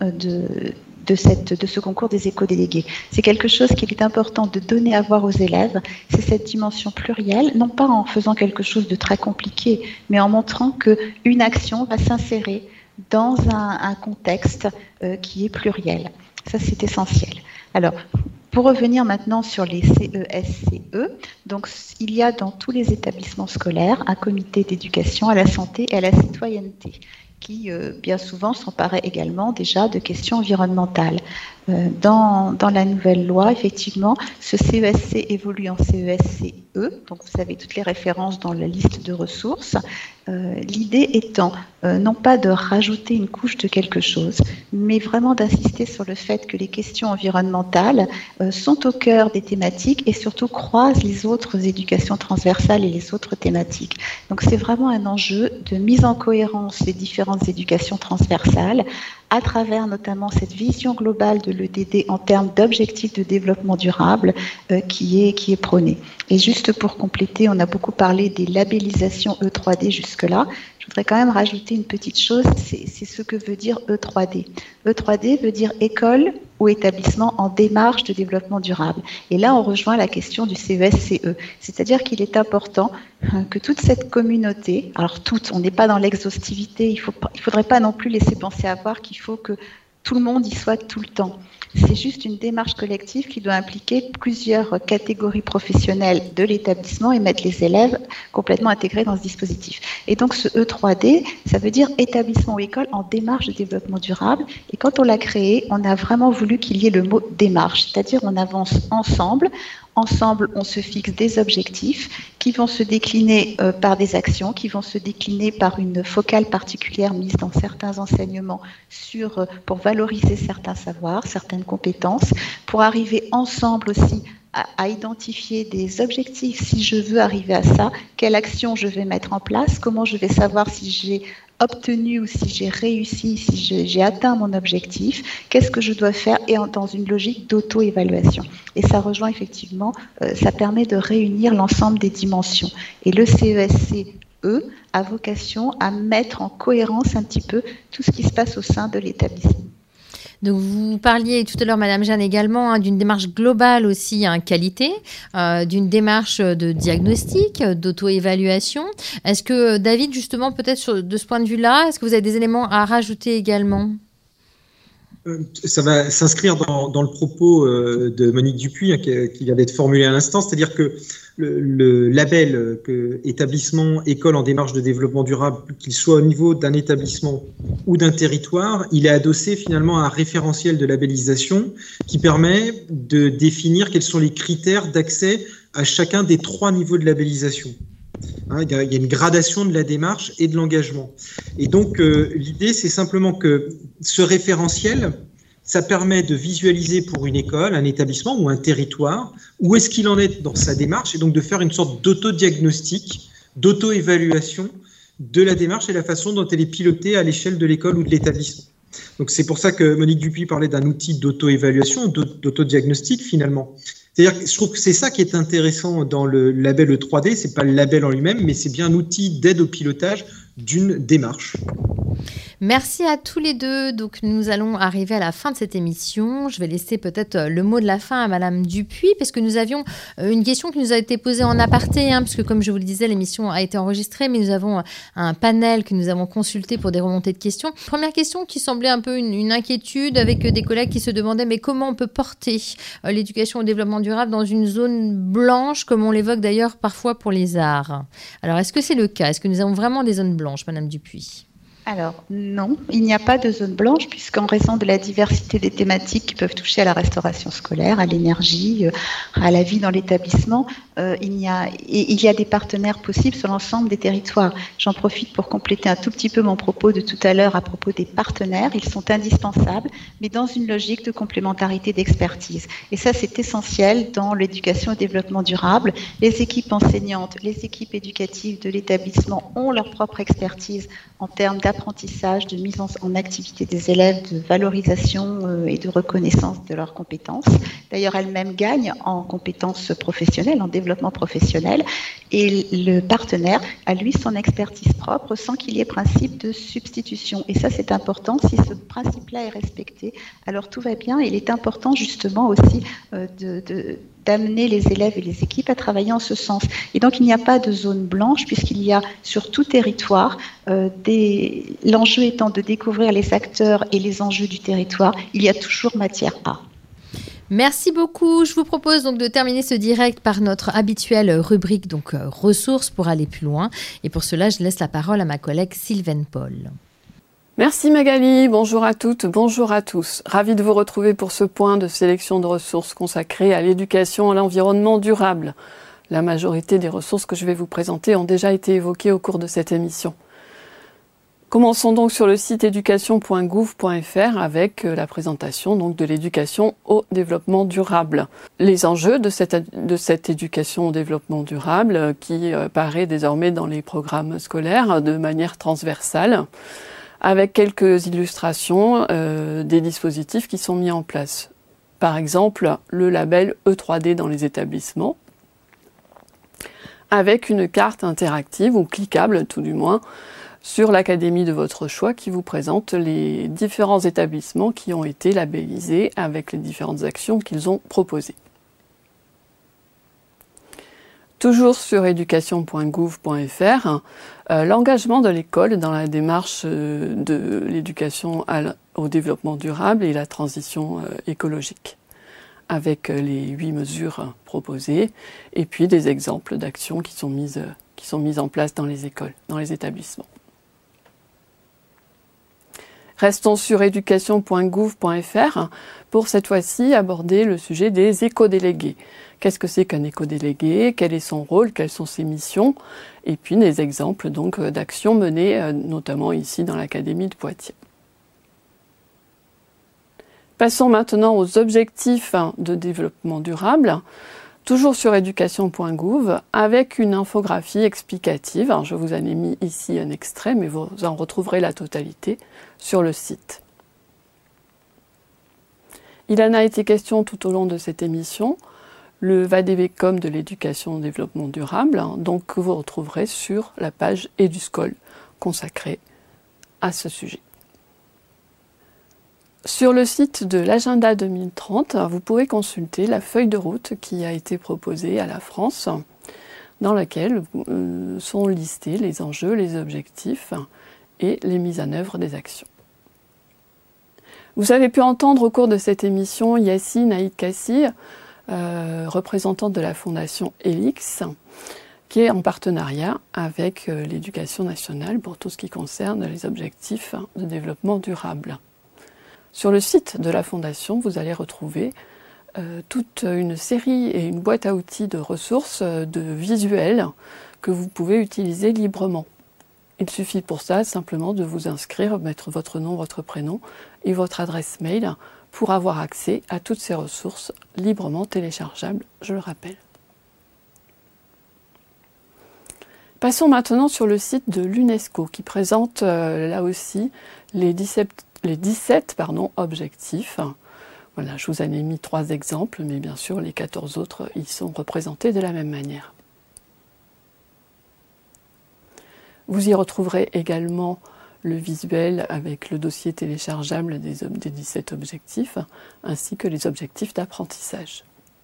de ce concours des éco-délégués. C'est quelque chose qu'il est important de donner à voir aux élèves, c'est cette dimension plurielle, non pas en faisant quelque chose de très compliqué, mais en montrant qu'une action va s'insérer dans un contexte qui est pluriel. Ça, c'est essentiel. Alors, pour revenir maintenant sur les CESCE, donc il y a dans tous les établissements scolaires un comité d'éducation à la santé et à la citoyenneté qui, bien souvent, s'emparait également déjà de questions environnementales. Dans la nouvelle loi, effectivement, ce CESC évolue en CESCE, donc vous avez toutes les références dans la liste de ressources. L'idée étant non pas de rajouter une couche de quelque chose, mais vraiment d'insister sur le fait que les questions environnementales sont au cœur des thématiques et surtout croisent les autres éducations transversales et les autres thématiques. Donc c'est vraiment un enjeu de mise en cohérence des différentes éducations transversales à travers notamment cette vision globale de l'EDD en termes d'objectifs de développement durable qui est prônée. Et juste pour compléter, on a beaucoup parlé des labellisations E3D jusque-là. Je voudrais quand même rajouter une petite chose, c'est ce que veut dire E3D. E3D veut dire école ou établissement en démarche de développement durable. Et là, on rejoint la question du CESCE, c'est-à-dire qu'il est important que toute cette communauté, alors toute, on n'est pas dans l'exhaustivité, il faudrait pas non plus laisser penser à voir qu'il faut que tout le monde y soit tout le temps. C'est juste une démarche collective qui doit impliquer plusieurs catégories professionnelles de l'établissement et mettre les élèves complètement intégrés dans ce dispositif. Et donc ce E3D, ça veut dire établissement ou école en démarche de développement durable. Et quand on l'a créé, on a vraiment voulu qu'il y ait le mot démarche, c'est-à-dire on avance ensemble. Ensemble, on se fixe des objectifs qui vont se décliner par des actions, qui vont se décliner par une focale particulière mise dans certains enseignements pour valoriser certains savoirs, certaines compétences, pour arriver ensemble aussi à identifier des objectifs. Si je veux arriver à ça, quelle action je vais mettre en place, comment je vais savoir si j'ai obtenu ou si j'ai réussi, si j'ai atteint mon objectif, qu'est-ce que je dois faire, et dans une logique d'auto-évaluation. Et ça rejoint effectivement, ça permet de réunir l'ensemble des dimensions. Et le CESCE a vocation à mettre en cohérence un petit peu tout ce qui se passe au sein de l'établissement. Donc, vous parliez tout à l'heure, Madame Jeanne, également d'une démarche globale aussi qualité, d'une démarche de diagnostic, d'auto-évaluation. Est-ce que, David, justement, peut-être de ce point de vue-là, est-ce que vous avez des éléments à rajouter également ? Ça va s'inscrire dans le propos de Monique Dupuis qui vient d'être formulé à l'instant, c'est-à-dire que le label établissement, école en démarche de développement durable, qu'il soit au niveau d'un établissement ou d'un territoire, il est adossé finalement à un référentiel de labellisation qui permet de définir quels sont les critères d'accès à chacun des 3 niveaux de labellisation. Il y a une gradation de la démarche et de l'engagement. Et donc, l'idée, c'est simplement que ce référentiel, ça permet de visualiser pour une école, un établissement ou un territoire, où est-ce qu'il en est dans sa démarche, et donc de faire une sorte d'autodiagnostic, d'auto-évaluation de la démarche et la façon dont elle est pilotée à l'échelle de l'école ou de l'établissement. Donc, c'est pour ça que Monique Dupuis parlait d'un outil d'auto-évaluation, d'autodiagnostic finalement. C'est-à-dire que je trouve que c'est ça qui est intéressant dans le label E3D, c'est pas le label en lui-même, mais c'est bien un outil d'aide au pilotage d'une démarche. Merci à tous les deux. Donc, nous allons arriver à la fin de cette émission. Je vais laisser peut-être le mot de la fin à Madame Dupuis, parce que nous avions une question qui nous a été posée en aparté, parce que comme je vous le disais, l'émission a été enregistrée, mais nous avons un panel que nous avons consulté pour des remontées de questions. Première question qui semblait un peu une inquiétude avec des collègues qui se demandaient mais comment on peut porter l'éducation au développement durable dans une zone blanche, comme on l'évoque d'ailleurs parfois pour les arts. Alors, est-ce que c'est le cas ? Est-ce que nous avons vraiment des zones blanches, Madame Dupuis ? Alors non, il n'y a pas de zone blanche puisqu'en raison de la diversité des thématiques qui peuvent toucher à la restauration scolaire, à l'énergie, à la vie dans l'établissement, il y a des partenaires possibles sur l'ensemble des territoires. J'en profite pour compléter un tout petit peu mon propos de tout à l'heure à propos des partenaires. Ils sont indispensables, mais dans une logique de complémentarité d'expertise. Et ça, c'est essentiel dans l'éducation au développement durable. Les équipes enseignantes, les équipes éducatives de l'établissement ont leur propre expertise en termes d'apprentissage, de mise en activité des élèves, de valorisation et de reconnaissance de leurs compétences. D'ailleurs, elles-mêmes gagnent en compétences professionnelles, en développement professionnel, et le partenaire a, lui, son expertise propre sans qu'il y ait principe de substitution. Et ça, c'est important. Si ce principe-là est respecté, alors tout va bien. Il est important, justement, aussi d'amener les élèves et les équipes à travailler en ce sens. Et donc, il n'y a pas de zone blanche puisqu'il y a sur tout territoire, l'enjeu étant de découvrir les acteurs et les enjeux du territoire, il y a toujours matière à. Merci beaucoup. Je vous propose donc de terminer ce direct par notre habituelle rubrique ressources pour aller plus loin. Et pour cela, je laisse la parole à ma collègue Sylvaine Paul. Merci Magali, bonjour à toutes, bonjour à tous. Ravie de vous retrouver pour ce point de sélection de ressources consacré à l'éducation à l'environnement durable. La majorité des ressources que je vais vous présenter ont déjà été évoquées au cours de cette émission. Commençons donc sur le site éducation.gouv.fr avec la présentation de l'éducation au développement durable. Les enjeux de cette éducation au développement durable qui paraît désormais dans les programmes scolaires de manière transversale, avec quelques illustrations des dispositifs qui sont mis en place. Par exemple, le label E3D dans les établissements, avec une carte interactive ou cliquable tout du moins, sur l'académie de votre choix qui vous présente les différents établissements qui ont été labellisés avec les différentes actions qu'ils ont proposées. Toujours sur éducation.gouv.fr, l'engagement de l'école dans la démarche de l'éducation au développement durable et la transition écologique, avec les 8 mesures proposées et puis des exemples d'actions qui sont mises en place dans les écoles, dans les établissements. Restons sur éducation.gouv.fr pour cette fois-ci aborder le sujet des éco-délégués. Qu'est-ce que c'est qu'un éco-délégué? Quel est son rôle? Quelles sont ses missions? Et puis des exemples d'actions menées notamment ici dans l'Académie de Poitiers. Passons maintenant aux objectifs de développement durable. Toujours sur éducation.gouv, avec une infographie explicative. Alors, je vous en ai mis ici un extrait, mais vous en retrouverez la totalité sur le site. Il en a été question tout au long de cette émission, le VADEVECOM de l'éducation au développement durable, donc que vous retrouverez sur la page EduScol consacrée à ce sujet. Sur le site de l'agenda 2030, vous pouvez consulter la feuille de route qui a été proposée à la France, dans laquelle sont listés les enjeux, les objectifs et les mises en œuvre des actions. Vous avez pu entendre au cours de cette émission Yacine Aïd-Kassi, représentante de la Fondation Helix, qui est en partenariat avec l'Éducation nationale pour tout ce qui concerne les objectifs de développement durable. Sur le site de la Fondation, vous allez retrouver toute une série et une boîte à outils de ressources, de visuels que vous pouvez utiliser librement. Il suffit pour ça simplement de vous inscrire, mettre votre nom, votre prénom et votre adresse mail pour avoir accès à toutes ces ressources librement téléchargeables, je le rappelle. Passons maintenant sur le site de l'UNESCO qui présente là aussi les 17 objectifs. Voilà, je vous en ai mis 3 exemples, mais bien sûr les 14 autres y sont représentés de la même manière. Vous y retrouverez également le visuel avec le dossier téléchargeable des 17 objectifs, ainsi que les objectifs d'apprentissage.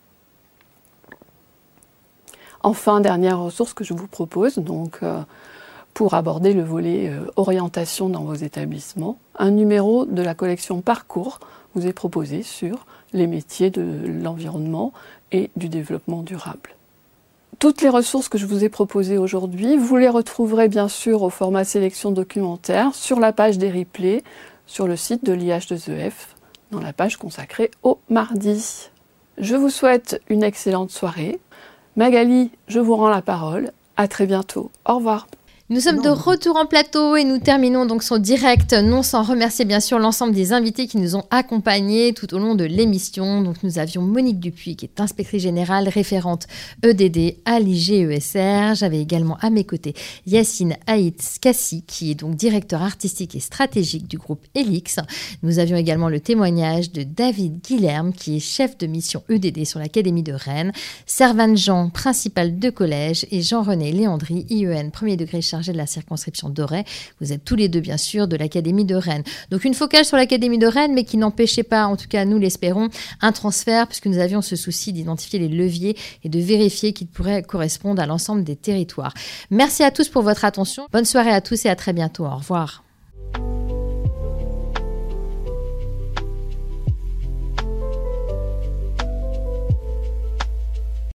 Enfin, dernière ressource que je vous propose, donc pour aborder le volet orientation dans vos établissements, un numéro de la collection Parcours vous est proposé sur les métiers de l'environnement et du développement durable. Toutes les ressources que je vous ai proposées aujourd'hui, vous les retrouverez bien sûr au format sélection documentaire sur la page des replays, sur le site de l'IH2EF, dans la page consacrée au mardi. Je vous souhaite une excellente soirée. Magali, je vous rends la parole. À très bientôt. Au revoir. Nous sommes de retour en plateau et nous terminons donc son direct, non sans remercier bien sûr l'ensemble des invités qui nous ont accompagnés tout au long de l'émission. Donc nous avions Monique Dupuis qui est inspectrice générale référente EDD à l'IGESR. J'avais également à mes côtés Yacine Haït Kassi qui est donc directeur artistique et stratégique du groupe Elix. Nous avions également le témoignage de David Guilherme qui est chef de mission EDD sur l'Académie de Rennes, Servane Jean, principal de collège et Jean-René Léandry, IEN, premier degré chargé de la circonscription d'Auray. Vous êtes tous les deux, bien sûr, de l'Académie de Rennes. Donc, une focale sur l'Académie de Rennes, mais qui n'empêchait pas, en tout cas, nous l'espérons, un transfert, puisque nous avions ce souci d'identifier les leviers et de vérifier qu'ils pourraient correspondre à l'ensemble des territoires. Merci à tous pour votre attention. Bonne soirée à tous et à très bientôt. Au revoir.